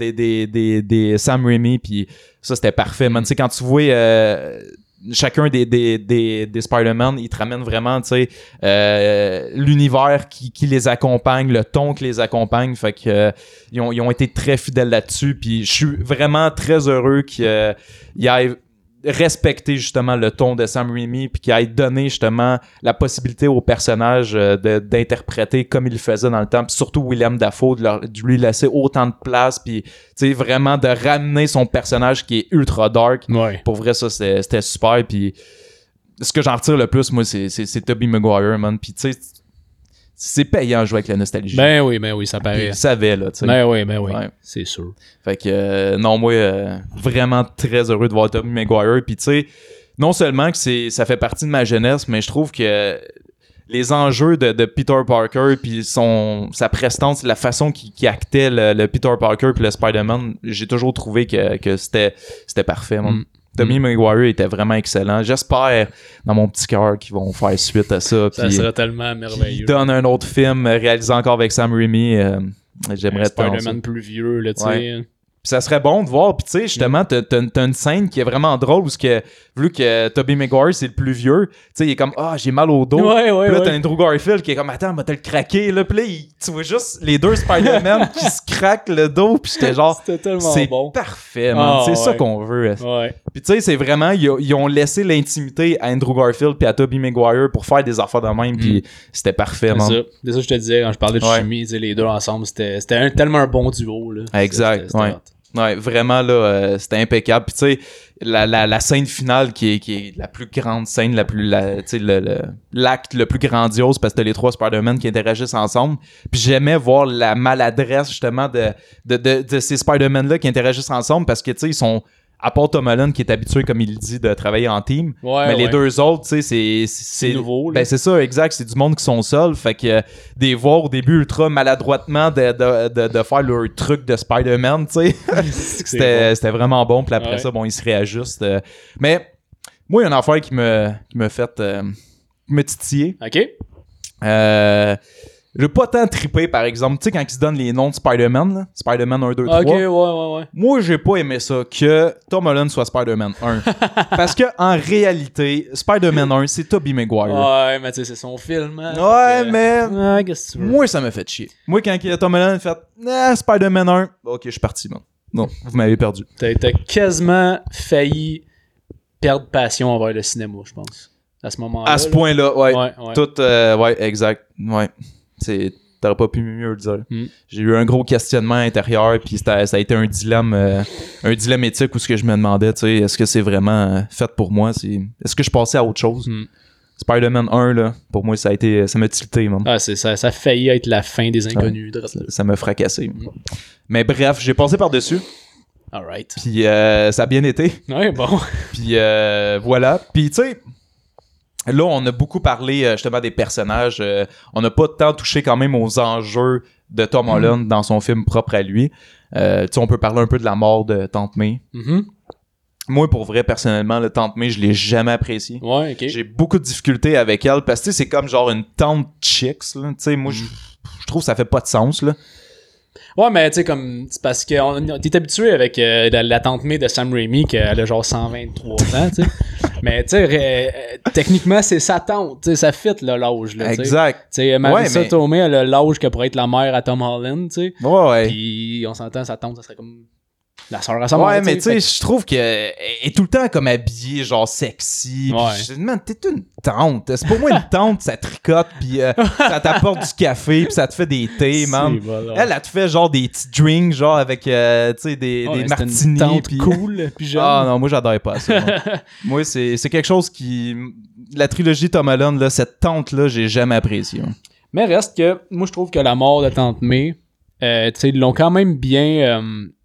des Sam Raimi, puis ça, c'était parfait, man. Tu sais, quand tu vois chacun des Spider-Man, ils te ramènent vraiment, tu sais, l'univers qui les accompagne, le ton qui les accompagne, fait que ils ont été très fidèles là-dessus, puis je suis vraiment très heureux qu'il y ait respecté justement le ton de Sam Raimi puis qui ait donné justement la possibilité au personnage d'interpréter comme il le faisait dans le temps, puis surtout William Dafoe de lui laisser autant de place puis tu sais vraiment de ramener son personnage qui est ultra dark. Pour vrai ça c'était super, puis ce que j'en retire le plus moi c'est Tobey Maguire, man, puis tu sais c'est payant de jouer avec la nostalgie. Ben oui, ça paraît. Puis il savait, là, tu sais. Ben oui, ouais. C'est sûr. Fait que, non, moi, vraiment très heureux de voir Tobey Maguire. Puis tu sais, non seulement que ça fait partie de ma jeunesse, mais je trouve que les enjeux de Peter Parker puis sa prestance, la façon qu'il actait le Peter Parker puis le Spider-Man, j'ai toujours trouvé que c'était parfait, man. Tobey Maguire était vraiment excellent. J'espère, dans mon petit cœur, qu'ils vont faire suite à ça. Ça serait tellement merveilleux. Ils donnent un autre film réalisé encore avec Sam Raimi. J'aimerais tant ça. Spider-Man plus vieux, là, tu sais. Puis ça serait bon de voir. Puis tu sais, justement, t'as une scène qui est vraiment drôle où vu que Tobey Maguire, c'est le plus vieux, tu sais, il est comme « Ah, j'ai mal au dos. » Puis là, t'as Andrew Garfield qui est comme « Attends, te le craquer. » Puis là, tu vois juste les deux Spider-Man qui se craquent le dos. Puis j'étais genre « C'est bon. Parfait, man. C'est ça qu'on veut. » Puis tu sais, c'est vraiment... Ils ont laissé l'intimité à Andrew Garfield puis à Tobey Maguire pour faire des affaires de même. Puis c'était parfait, man. C'est ça que je te disais quand je parlais de chimie. Les deux ensemble, c'était tellement un bon duo. Là. Exact, ouais, vraiment, là, c'était impeccable. Puis, tu sais, la scène finale qui est la plus grande scène, l'acte le plus grandiose parce que t'as les trois Spider-Man qui interagissent ensemble. Puis, j'aimais voir la maladresse, justement, de ces Spider-Man-là qui interagissent ensemble parce que, tu sais, ils sont... À part Tom Holland qui est habitué, comme il dit, de travailler en team. Mais les deux autres, tu sais, c'est nouveau. Ben c'est ça, exact. C'est du monde qui sont seuls. Fait que des voir au début ultra maladroitement de faire leur truc de Spider-Man, tu sais. C'était vraiment bon. Puis après ça, bon, ils se réajustent. Mais moi, il y a une affaire qui me fait me titiller. OK. J'ai pas tant trippé, par exemple. Tu sais, quand ils se donnent les noms de Spider-Man, là, Spider-Man 1, 2, 3. OK, ouais. Moi, j'ai pas aimé ça, que Tom Holland soit Spider-Man 1. Parce que en réalité, Spider-Man 1, c'est Tobey Maguire. Ouais, mais tu sais, c'est son film. Hein, ouais, mais... qu'est-ce que tu veux? Moi, ça m'a fait chier. Moi, quand Tom Holland fait « Spider-Man 1 », ok, je suis parti, man. Non, vous m'avez perdu. T'as quasiment failli perdre passion envers le cinéma, je pense. À ce moment-là. À ce point-là, ouais. Tout, ouais, exact. Ouais. T'aurais pas pu mieux le dire. J'ai eu un gros questionnement intérieur, puis ça a été un dilemme éthique où ce que je me demandais, tu sais, est-ce que c'est vraiment fait pour moi? Est-ce que je passais à autre chose? Spider-Man 1, là, pour moi, ça m'a tilté, man. Ah, ça a failli être la fin des Inconnus. Ça m'a fracassé. Mais bref, j'ai passé par-dessus. Alright. Puis ça a bien été. Ouais, bon. Puis voilà. Puis tu sais... Là, on a beaucoup parlé justement des personnages. On n'a pas tant touché quand même aux enjeux de Tom Holland dans son film propre à lui. Tu sais, on peut parler un peu de la mort de Tante May. Moi, pour vrai, personnellement, le Tante May, je l'ai jamais apprécié. Ouais, ok. J'ai beaucoup de difficultés avec elle parce que c'est comme genre une tante chicks. Tu sais, moi, je trouve que ça fait pas de sens, là. Ouais, mais tu sais, comme, c'est parce que t'es habitué avec la tante May de Sam Raimi qu'elle a genre 123 ans, tu sais. Mais tu sais, techniquement, c'est sa tante, tu sais, ça fit là, l'âge, là. Exact. Tu sais, Marissa Tomei, elle a l'âge que pourrait être la mère à Tom Holland, tu sais. Ouais. Puis on s'entend, sa tante, ça serait comme la sœur à sa mère. Ouais, mais tu sais, je trouve qu'elle est tout le temps comme habillée, genre sexy. Ouais. Pis je me demande, t'es une tante. C'est pour moi une tante, ça tricote, pis ça t'apporte du café, pis ça te fait des thés, man. Elle te fait genre des petits drinks, genre avec, tu sais, des martinis. Une tante cool, pis jeune. Ah non, moi j'adorais pas ça. Moi, c'est quelque chose qui... La trilogie Tom Holland, là, cette tante-là, j'ai jamais apprécié. Hein. Mais reste que, moi je trouve que la mort de Tante May, tu sais, ils l'ont quand même bien...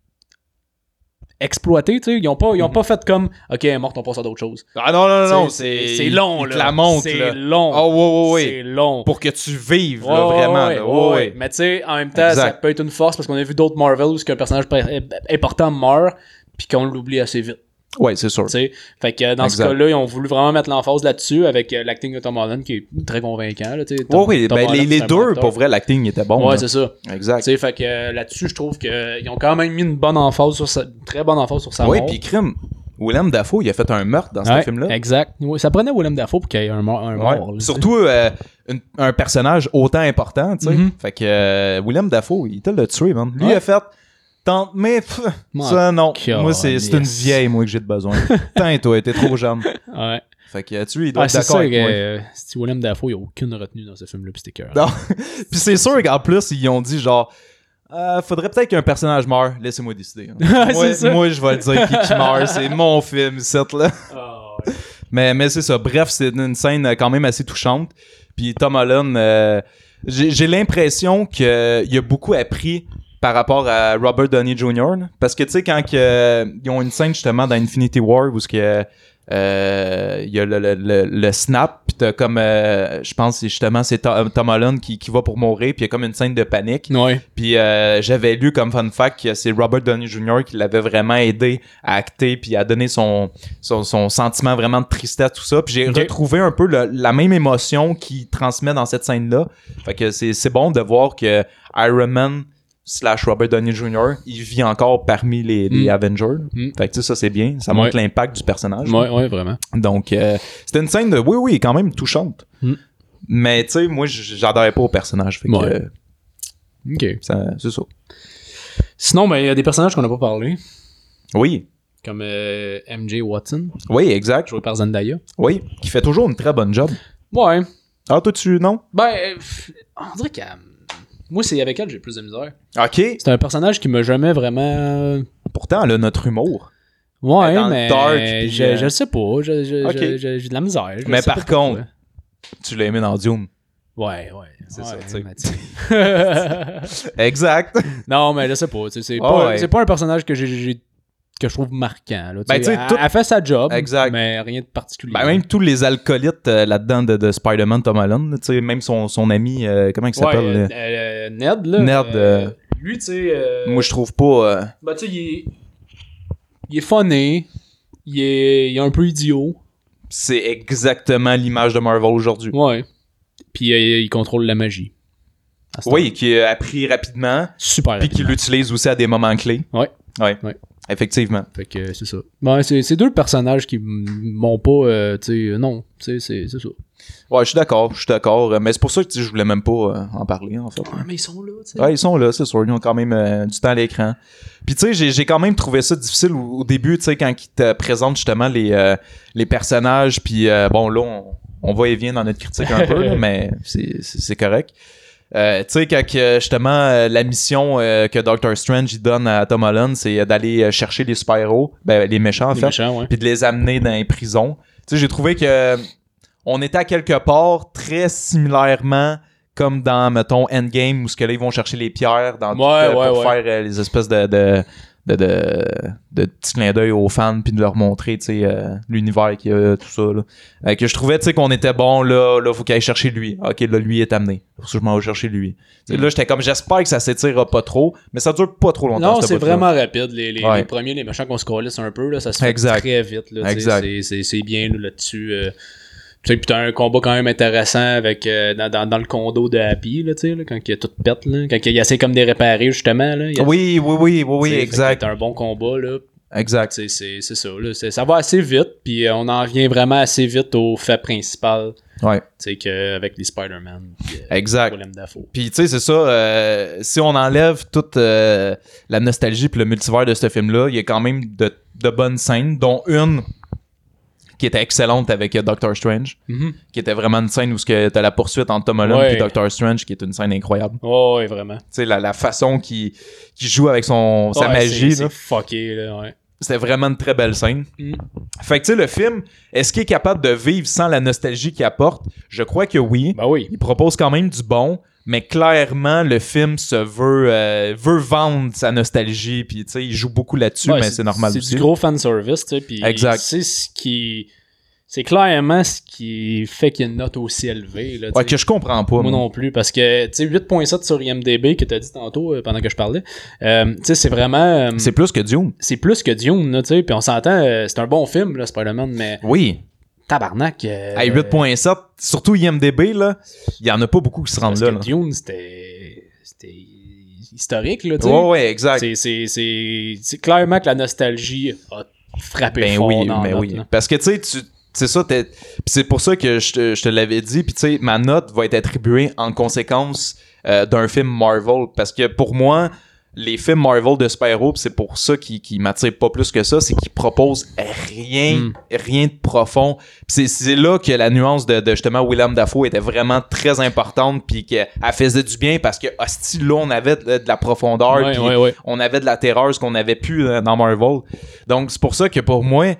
exploité, tu sais, ils ont pas fait comme OK, elle est morte, on passe à d'autres choses. Ah non, c'est long, là. La montre, c'est long. Oh ouais. C'est long. Pour que tu vives, là, vraiment. Ouais. Mais tu sais, en même temps, ça peut être une force parce qu'on a vu d'autres Marvel où un personnage important meurt puis qu'on l'oublie assez vite. Ouais, c'est sûr. T'sais. Fait que dans ce cas-là, ils ont voulu vraiment mettre l'emphase là-dessus avec l'acting de Tom Holland qui est très convaincant. Là, oui, ben, les deux, pour vrai, l'acting était bon. Ouais, là. c'est ça. Exact. T'sais, fait que là-dessus, je trouve qu'ils ont quand même mis une bonne emphase une très bonne emphase sur sa mort. Oui, puis crime. Willem Dafoe, il a fait un meurtre dans ce film-là. Exact. Ouais, ça prenait Willem Dafoe pour qu'il y ait un mort. Surtout un personnage autant important, tu sais. Fait que Willem Dafoe, il t'a le tué, man. Lui, il a fait... Mais ça, non. Moi, c'est une vieille, moi, que j'ai de besoin. Putain, toi, t'es trop jeune. Ouais. Fait que tu il doit être d'accord avec moi. C'est Willem Dafoe, il n'y a aucune retenue dans ce film-là, pis c'était cœur. Non. Puis c'est sûr qu'en plus, ils ont dit genre, faudrait peut-être qu'un personnage meure. Laissez-moi décider. Hein. moi, je vais le dire qui meurt. C'est mon film, cette là. Oh, ouais. Mais c'est ça. Bref, c'est une scène quand même assez touchante. Puis Tom Holland, j'ai l'impression qu'il a beaucoup appris par rapport à Robert Downey Jr. Là. Parce que tu sais, quand ils ont une scène justement dans Infinity War où il y a le snap, pis t'as comme je pense justement c'est Tom Holland qui va pour mourir, puis il y a comme une scène de panique. Ouais. Puis j'avais lu comme fun fact que c'est Robert Downey Jr. qui l'avait vraiment aidé à acter puis à donner son sentiment vraiment de tristesse, tout ça. Puis j'ai retrouvé un peu la même émotion qu'il transmet dans cette scène-là. Fait que c'est bon de voir que Iron Man / Robert Downey Jr. il vit encore parmi les Avengers. Fait que ça c'est bien, ça montre l'impact du personnage. Ouais, vraiment. Donc c'était une scène de oui quand même touchante. Mais tu sais moi j'adorais pas au personnage, fait que OK, c'est ça. Sinon il y a des personnages qu'on n'a pas parlé. Oui. Comme MJ Watson. Oui, exact. Joué par Zendaya. Oui, qui fait toujours une très bonne job. Ouais. Ah toi non? On dirait qu'elle moi, c'est avec elle que j'ai plus de misère. OK. C'est un personnage qui m'a jamais vraiment... Pourtant, elle a notre humour. Ouais, mais dark, je sais pas. J'ai de la misère. Mais par contre, tu l'as aimé dans Dune. Ouais. C'est ça, tu sais. Exact. Non, mais je sais pas. C'est pas un personnage que je trouve marquant. Là, elle fait sa job, exact. Mais rien de particulier. Même tous les alcoolites là-dedans de Spider-Man, Tom Holland, même son ami, comment il s'appelle? Ned, là. Ned. Lui, tu sais... moi, je trouve pas... tu sais, il est funny, il est un peu idiot. C'est exactement l'image de Marvel aujourd'hui. Ouais. Puis il contrôle la magie. Oui, qui a appris rapidement. Super rapidement. Puis qui l'utilise aussi à des moments clés. Ouais. Effectivement. Fait que c'est ça. C'est deux personnages qui m'ont pas... non, c'est ça. Ouais, je suis d'accord. Mais c'est pour ça que je voulais même pas en parler, en fait. Ouais, mais ils sont là, tu sais. Ouais, ils sont là, c'est sûr. Ils ont quand même du temps à l'écran. Puis tu sais, j'ai quand même trouvé ça difficile au début, tu sais, quand ils te présentent justement les personnages. Puis bon, là, on va et vient dans notre critique un peu, là, mais c'est correct. Tu sais, quand justement la mission que Doctor Strange il donne à Tom Holland, c'est d'aller chercher les super-héros, les méchants en fait, puis de les amener dans les prisons. Tu sais, j'ai trouvé que on était à quelque part très similairement comme dans, mettons, Endgame, où là, ils vont chercher les pierres dans pour faire les espèces de petits clins d'œil aux fans, puis de leur montrer, tu sais, l'univers qu'il y a, tout ça, là. Que je trouvais, tu sais, qu'on était bon, là, faut qu'il aille chercher lui. OK, là, lui est amené. Faut que je m'en vais chercher lui. Là, j'étais comme, j'espère que ça s'étirera pas trop, mais ça dure pas trop longtemps. Non, c'est vraiment rapide. Les premiers, les méchants qu'on se calisse un peu, là, ça se fait très vite, là. Exact. C'est bien, là-dessus. Tu sais, pis t'as un combat quand même intéressant avec dans le condo de Happy, là, tu sais, quand il y a tout pète, là, quand il essaie comme de réparer, justement, là. Oui, exact. C'est un bon combat, là. Exact. C'est ça, là. Ça va assez vite, puis on en vient vraiment assez vite au fait principal. Ouais. Tu sais, qu'avec les Spider-Man. Exact. Willem Dafoe. Puis, tu sais, c'est ça. Si on enlève toute la nostalgie puis le multivers de ce film-là, il y a quand même de bonnes scènes, dont une qui était excellente avec Doctor Strange, qui était vraiment une scène où t'as la poursuite entre Tom Holland et Doctor Strange, qui est une scène incroyable. Oh, ouais, vraiment. Tu sais, la façon qu'il joue avec sa magie. C'est fucké, là, ouais. C'était vraiment une très belle scène. Fait que, tu sais, le film, est-ce qu'il est capable de vivre sans la nostalgie qu'il apporte? Je crois que oui. Ben oui. Il propose quand même du bon, mais clairement, le film se veut vendre sa nostalgie, puis tu sais, il joue beaucoup là-dessus, mais c'est normal aussi. C'est du gros fanservice, tu sais, puis c'est clairement ce qui fait qu'il y a une note aussi élevée. Là, que je comprends pas. Moi non plus, parce que, tu sais, 8.7 sur IMDb que t'as dit tantôt pendant que je parlais, tu sais, c'est vraiment... c'est plus que Dune. C'est plus que Dune, là, tu sais, puis on s'entend, c'est un bon film, là, Spider-Man, mais... Oui. Tabarnak. 8.7, surtout IMDb, là, il y en a pas beaucoup qui se rendent là. Parce que Dune, c'était historique, là, tu sais. Ouais, exact. C'est clairement que la nostalgie a frappé fort dans la note, là. Parce que, tu sais, c'est ça, c'est pour ça que je te l'avais dit, puis tu sais, ma note va être attribuée en conséquence d'un film Marvel, parce que pour moi, les films Marvel de super-héros, pis c'est pour ça qui m'attire pas plus que ça, c'est qu'ils proposent rien de profond. Pis c'est là que la nuance de justement Willem Dafoe était vraiment très importante, puis qu'elle faisait du bien parce que hostie, là on avait de la profondeur, on avait de la terreur, ce qu'on avait plus dans Marvel. Donc c'est pour ça que pour moi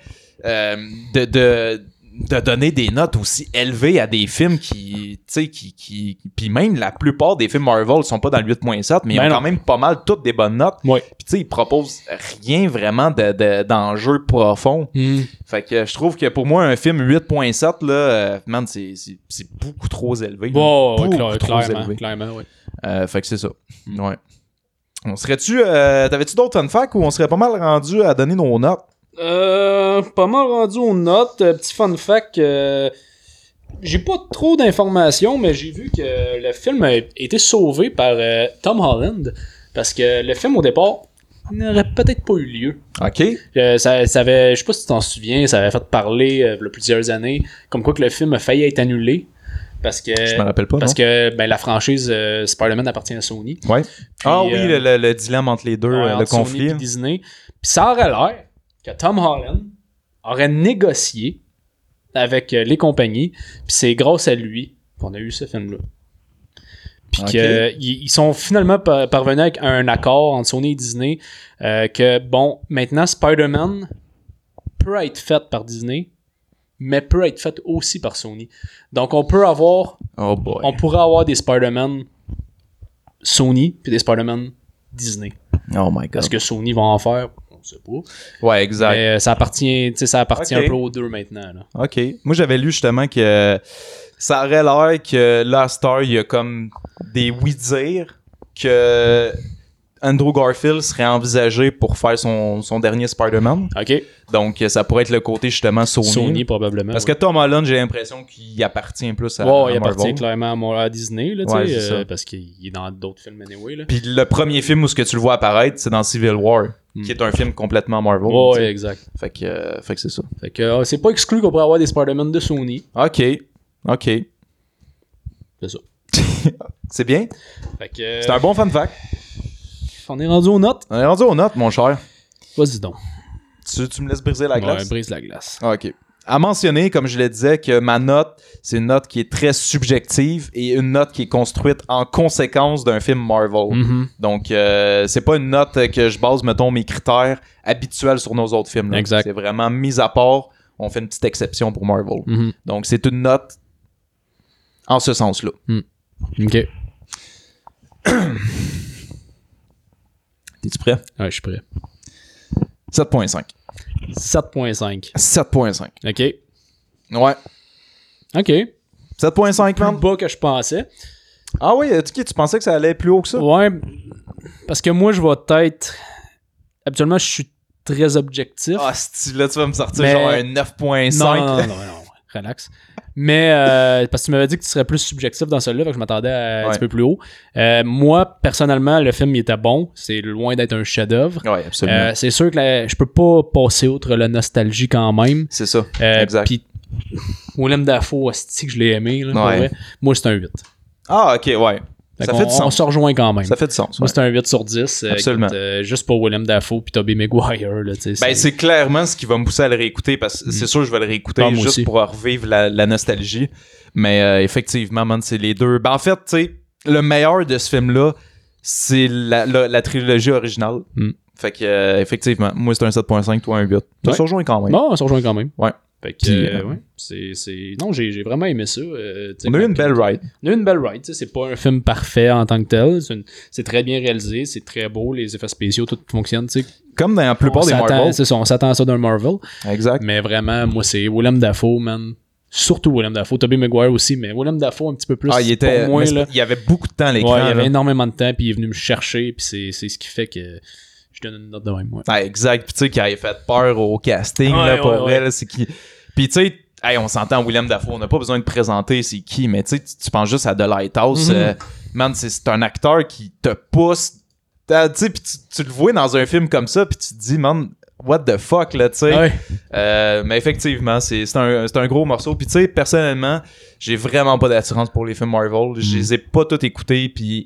de donner des notes aussi élevées à des films qui puis même la plupart des films Marvel sont pas dans le 8.7, mais ils ont quand même pas mal toutes des bonnes notes. Puis tu sais, ils proposent rien vraiment d'enjeu profond. Fait que je trouve que pour moi un film 8.7 là, man, c'est beaucoup trop élevé. Clairement, ouais. Fait que c'est ça. Ouais. On serait-tu t'avais-tu d'autres fun facts ou on serait pas mal rendu à donner nos notes? Pas mal rendu aux notes. Petit fun fact, j'ai pas trop d'informations, mais j'ai vu que le film a été sauvé par Tom Holland, parce que le film au départ n'aurait peut-être pas eu lieu. OK. Ça avait, je sais pas si tu t'en souviens, ça avait fait parler il y a plusieurs années, comme quoi que le film a failli être annulé. Parce que, je me rappelle pas, parce que la franchise Spider-Man appartient à Sony. Ouais. Puis, le dilemme entre les deux, le conflit. Sony et Disney. Puis ça aurait l'air que Tom Holland aurait négocié avec les compagnies, puis c'est grâce à lui qu'on a eu ce film-là. Puis qu'ils sont finalement parvenus avec un accord entre Sony et Disney que, bon, maintenant Spider-Man peut être fait par Disney, mais peut être fait aussi par Sony. Donc on peut avoir... on pourrait avoir des Spider-Man Sony, puis des Spider-Man Disney. Oh my God. Est-ce que Sony va en faire? On sait pas. Ouais, exact. Mais ça appartient un peu aux deux maintenant. Là. OK. Moi, j'avais lu justement que ça aurait l'air que là, Star, il y a comme des oui-dire que Andrew Garfield serait envisagé pour faire son dernier Spider-Man. OK. Donc, ça pourrait être le côté justement Sony. Sony, probablement. Parce que Tom Holland, j'ai l'impression qu'il appartient plus à Marvel. Il Marvel. appartient clairement à Disney, là, ouais, c'est ça. parce qu'il est dans d'autres films anyway. Là. Puis le premier film où ce que tu le vois apparaître, c'est dans Civil War, qui est un film complètement Marvel. Ouais, exact. Fait que c'est ça. Fait que c'est pas exclu qu'on pourrait avoir des Spider-Man de Sony. OK. C'est ça. C'est bien. Fait que c'est un bon fun fact. On est rendu aux notes. On est rendu aux notes, mon cher. Vas-y donc. Tu me laisses briser la glace? Ouais, brise la glace. OK. À mentionner, comme je le disais, que ma note, c'est une note qui est très subjective et une note qui est construite en conséquence d'un film Marvel. Mm-hmm. Donc, c'est pas une note que je base, mettons, mes critères habituels sur nos autres films. Là. Exact. C'est vraiment mis à part. On fait une petite exception pour Marvel. Mm-hmm. Donc, c'est une note en ce sens-là. OK. T'es-tu prêt? Ouais, je suis prêt. 7.5. 7.5. 7.5. OK. Ouais. OK. 7.5, man. Plus bas que je pensais. Ah oui, tu pensais que ça allait plus haut que ça? Ouais. Parce que moi, je vais être... Habituellement, je suis très objectif. Ah, là, tu vas me sortir genre un 9.5. Non. Relax. Mais parce que tu m'avais dit que tu serais plus subjectif dans celui-là, fait que je m'attendais à un petit peu plus haut. Moi, personnellement, le film il était bon. C'est loin d'être un chef-d'œuvre. Oui, absolument. C'est sûr que je peux pas passer outre la nostalgie quand même. C'est ça. Exact. Puis Willem Dafoe, c'est que je l'ai aimé. Là, pour vrai. Moi, c'est un 8. Ah, ok, ouais. Ça fait du sens. On se rejoint quand même. Ça fait du sens. Moi, c'est un 8 sur 10. Absolument. Juste pour Willem Dafoe puis Tobey Maguire. Là, c'est clairement ce qui va me pousser à le réécouter parce que c'est sûr que je vais le réécouter juste aussi. Pour revivre la nostalgie. Mais effectivement, man, c'est les deux. Ben, en fait, tu sais, le meilleur de ce film-là, c'est la trilogie originale. Fait que, effectivement, moi, c'est un 7.5, toi, un 8. On se rejoint quand même. Non, on se rejoint quand même. Ouais. Fait que, ouais, non, j'ai vraiment aimé ça. On a eu une belle ride. On a eu une belle ride. C'est pas un film parfait en tant que tel. C'est très bien réalisé, c'est très beau, les effets spéciaux, tout fonctionne. T'sais. Comme dans la plupart des Marvel. C'est ça, on s'attend à ça d'un Marvel. Exact. Mais vraiment, moi, c'est Willem Dafoe, man. Surtout Willem Dafoe. Tobey Maguire aussi, mais Willem Dafoe un petit peu plus. Ah, il était. Pour moi, là, il y avait beaucoup de temps à l'écran. Ouais, il y avait énormément de temps, puis il est venu me chercher, puis c'est ce qui fait que. Je donne une note de même. Ouais. Ah, exact. Puis tu sais, qui avait fait peur au casting là, pour elle. C'est qui. Puis tu sais. Hey, on s'entend Willem Dafoe, on n'a pas besoin de présenter c'est qui, mais tu sais, tu penses juste à The Lighthouse. Man, c'est un acteur qui te pousse. Tu sais, puis tu le vois dans un film comme ça, puis tu te dis, man, what the fuck, là, tu sais. Ouais. Mais effectivement, c'est un gros morceau. Puis tu sais, personnellement, j'ai vraiment pas d'attirance pour les films Marvel. Je les ai pas tous écoutés, puis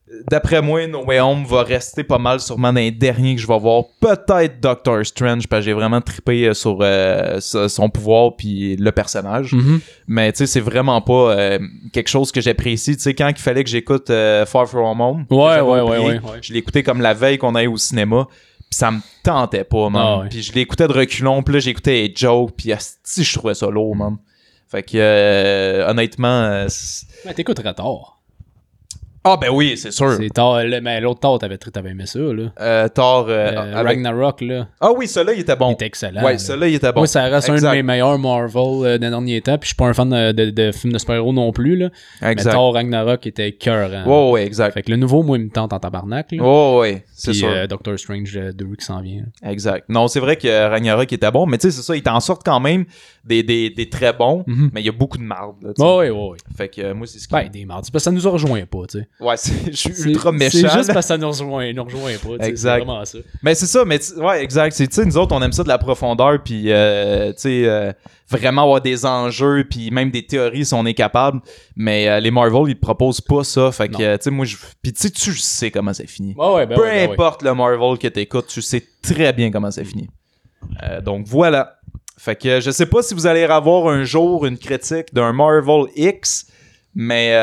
d'après moi, No Way Home va rester pas mal sûrement dans les derniers que je vais voir. Peut-être Doctor Strange, parce que j'ai vraiment trippé sur son pouvoir puis le personnage. Mais tu sais, c'est vraiment pas quelque chose que j'apprécie. Tu sais, quand il fallait que j'écoute Far From Home, ouais. Je l'ai écouté comme la veille qu'on allait au cinéma. Pis ça me tentait pas, man. Puis je l'écoutais de reculons, puis là j'écoutais les jokes, puis si je trouvais ça lourd, man. Fait que honnêtement... Mais t'écouterais Thor. Ah ben oui, c'est sûr. C'est Thor, mais l'autre Thor, t'avais aimé ça, là. Thor... Ragnarok, là. Ah oui, celui-là, il était bon. Il était excellent. Ouais, celui-là, il était bon. Moi, ça reste un de mes meilleurs Marvel des derniers temps, puis je suis pas un fan de films de super-héros non plus, là. Exact. Mais Thor Ragnarok était écœurant. Ouais, exact. Fait que le nouveau, moi, il me tente en tabarnak, là. Ouais, c'est puis, sûr. Doctor Strange 2 qui s'en vient. Là. Exact. Non, c'est vrai que Ragnarok était bon, mais tu sais, c'est ça, il t'en sort quand même des très bons, mais il y a beaucoup de marde, là, Ouais. Fait que moi, c'est ce qui... Ben, des mardes. C'est parce que ça nous a rejoint pas, tu sais. Ouais, je suis ultra méchant. C'est juste parce que ça nous rejoint pas, exact. C'est vraiment ça. Mais c'est ça, mais ouais, exact. Tu sais, nous autres, on aime ça de la profondeur, puis tu sais, vraiment avoir des enjeux, puis même des théories si on est capable. Mais les Marvel, ils te proposent pas ça. Fait que, tu sais, moi, puis tu sais, tu sais comment ça finit. Peu importe le Marvel que t'écoutes, tu sais très bien comment ça finit. Donc voilà. Fait que je sais pas si vous allez avoir un jour une critique d'un Marvel X, mais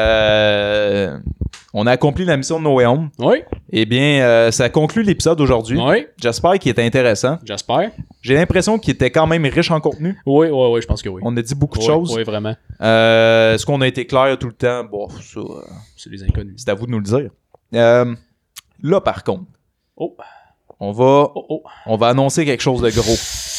on a accompli la mission de No Way Home. Oui. Eh bien, ça conclut l'épisode d'aujourd'hui. Oui. J'espère qu'il était intéressant. J'espère. J'ai l'impression qu'il était quand même riche en contenu. Oui, je pense que oui. On a dit beaucoup de choses. Oui, vraiment. Est-ce qu'on a été clair tout le temps? Bon, ça... c'est les inconnus. C'est à vous de nous le dire. Là, par contre, on va annoncer quelque chose de gros.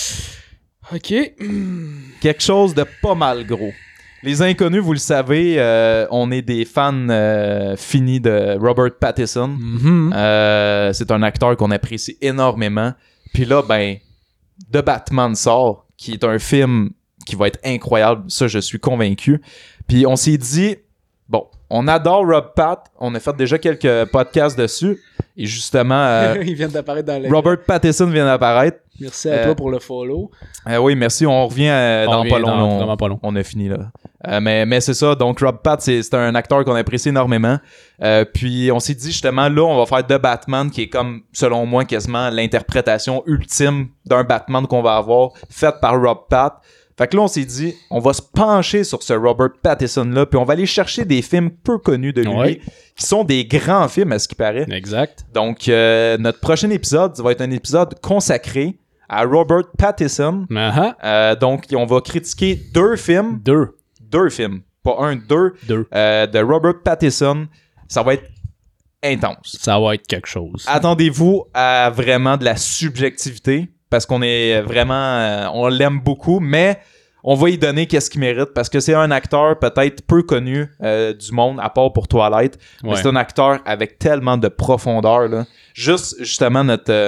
OK. Quelque chose de pas mal gros. Les inconnus, vous le savez, on est des fans finis de Robert Pattinson. C'est un acteur qu'on apprécie énormément. Puis là, ben, The Batman sort, qui est un film qui va être incroyable. Ça, je suis convaincu. Puis on s'est dit, bon, on adore Rob Pat. On a fait déjà quelques podcasts dessus. Et justement, il vient d'apparaître dans Robert Pattinson vient d'apparaître. Merci à toi pour le follow. Oui, merci. On revient dans pas long. Vraiment pas long. On a fini là. Mais c'est ça. Donc, Rob Pat, c'est un acteur qu'on apprécie énormément. Puis, on s'est dit justement, là, on va faire The Batman, qui est comme, selon moi, quasiment l'interprétation ultime d'un Batman qu'on va avoir, faite par Rob Pat. Fait que là, on s'est dit, on va se pencher sur ce Robert Pattinson-là, puis on va aller chercher des films peu connus de lui, qui sont des grands films, à ce qui paraît. Exact. Donc, notre prochain épisode, ça va être un épisode consacré à Robert Pattinson. Donc, on va critiquer deux films. Deux films. Pas un, deux. De Robert Pattinson. Ça va être intense. Ça va être quelque chose. Attendez-vous à vraiment de la subjectivité, parce qu'on est vraiment... on l'aime beaucoup, mais on va y donner qu'est-ce qu'il mérite, parce que c'est un acteur peut-être peu connu du monde, à part pour Twilight. Mais c'est un acteur avec tellement de profondeur, là. Juste, justement,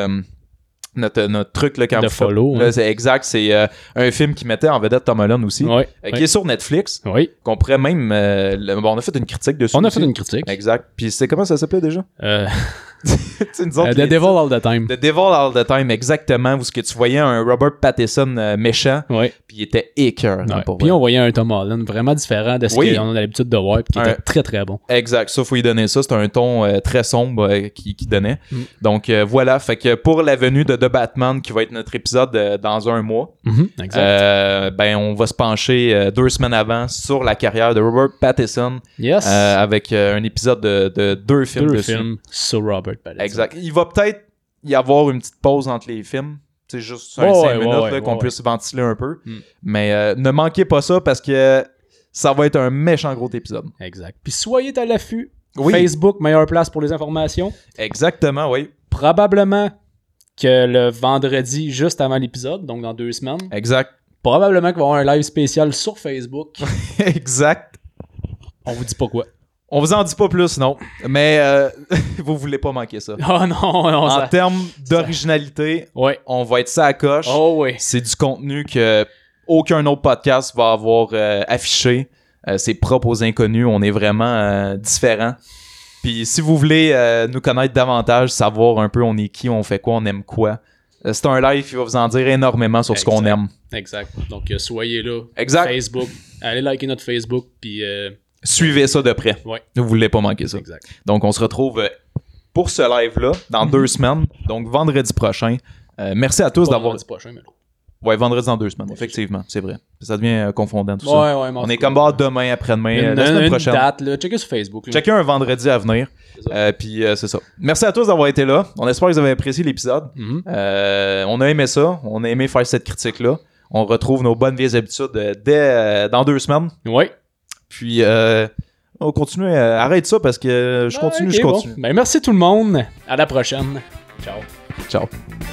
notre truc là, quand de follow, là, c'est exact, c'est un film qui mettait en vedette Tom Holland aussi, qui est sur Netflix, qu'on pourrait même on a fait une critique dessus. On a fait une critique. Exact. Puis c'est comment ça s'appelait déjà? Nous autres, The Devil All the Time. The Devil All the Time, exactement, où ce que tu voyais un Robert Pattinson méchant, puis il était écœurant. Puis on voyait un Tom Holland vraiment différent de ce qu'on a l'habitude de voir, puis qui était très très bon. Exact, ça faut y donner ça, c'est un ton très sombre qui donnait. Donc voilà, fait que pour la venue de The Batman, qui va être notre épisode dans un mois, ben on va se pencher 2 semaines avant sur la carrière de Robert Pattinson, avec un épisode de 2 films dessus. 2 films sur Robert Pattinson. Exact. Il va peut-être y avoir une petite pause entre les films. C'est juste 5 minutes qu'on puisse ventiler un peu. Mais ne manquez pas ça parce que ça va être un méchant gros épisode. Exact. Puis soyez à l'affût. Facebook, meilleure place pour les informations. Exactement, oui. Probablement que le vendredi, juste avant l'épisode, donc dans 2 semaines. Exact. Probablement qu'il va y avoir un live spécial sur Facebook. Exact. On vous dit pas quoi. On vous en dit pas plus, non. Mais vous voulez pas manquer ça. Oh non, en termes d'originalité, on va être ça à coche. C'est du contenu que aucun autre podcast va avoir affiché. C'est propre aux inconnus. On est vraiment différents. Puis si vous voulez nous connaître davantage, savoir un peu on est qui, on fait quoi, on aime quoi, c'est un live qui va vous en dire énormément sur ce qu'on aime. Exact. Donc soyez là. Exact. Facebook. Allez liker notre Facebook. Puis... suivez ça de près. Ouais. Vous voulez pas manquer ça. Exact. Donc, on se retrouve pour ce live-là dans 2 semaines. Donc, vendredi prochain. Merci à tous d'avoir... Vendredi prochain, mais là. Ouais, vendredi dans 2 semaines, effectivement, c'est vrai. Ça devient confondant tout ça. Ouais, on est comme demain, après-demain, la semaine prochaine. Une date, là. Checkez sur Facebook. Checkez un vendredi à venir. Puis c'est ça. Merci à tous d'avoir été là. On espère que vous avez apprécié l'épisode. On a aimé ça. On a aimé faire cette critique-là. On retrouve nos bonnes vieilles habitudes dans 2 semaines. Ouais. Puis on continue. Arrête ça parce que je continue. Bon. Ben, merci tout le monde. À la prochaine. Ciao. Ciao.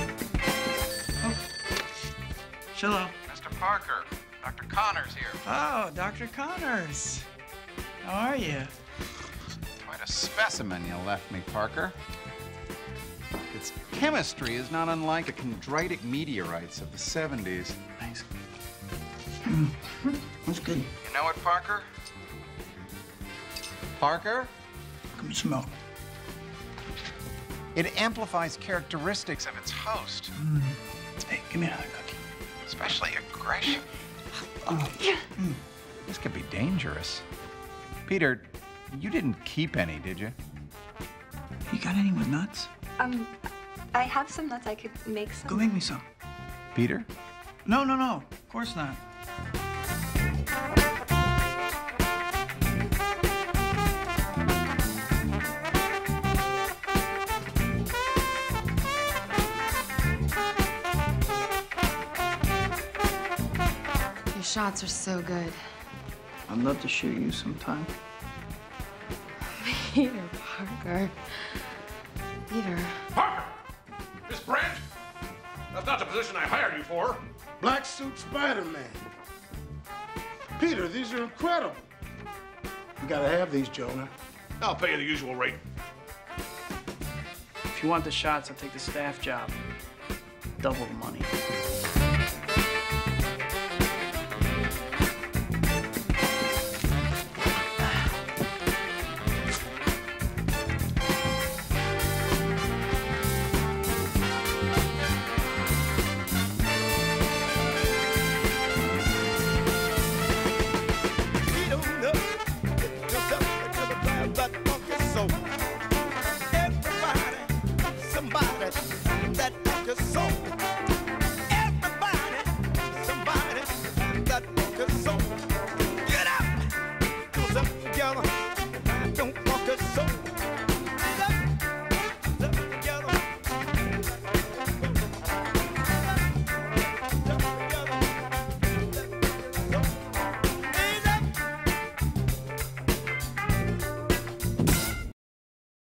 Hello. Mr. Parker, Dr. Connors here. Oh, Dr. Connors. How are you? Quite a specimen you left me, Parker. Its chemistry is not unlike the chondritic meteorites of the 70s. Thanks. That's good. You know what, Parker? Parker? Come and smell. It amplifies characteristics of its host, Hey, give me another cookie. especially aggression. This could be dangerous. Peter, you didn't keep any, did you? You got any with nuts? I have some nuts. I could make some. Go make me some. Peter? No. Of course not. Your shots are so good. I'd love to shoot you sometime. Peter Parker. Peter. Parker! Miss Brent? That's not the position I hired you for. Black suit Spider-Man. Peter, these are incredible. You gotta have these, Jonah. I'll pay you the usual rate. If you want the shots, I'll take the staff job. Double the money. Everybody, somebody, that funk is so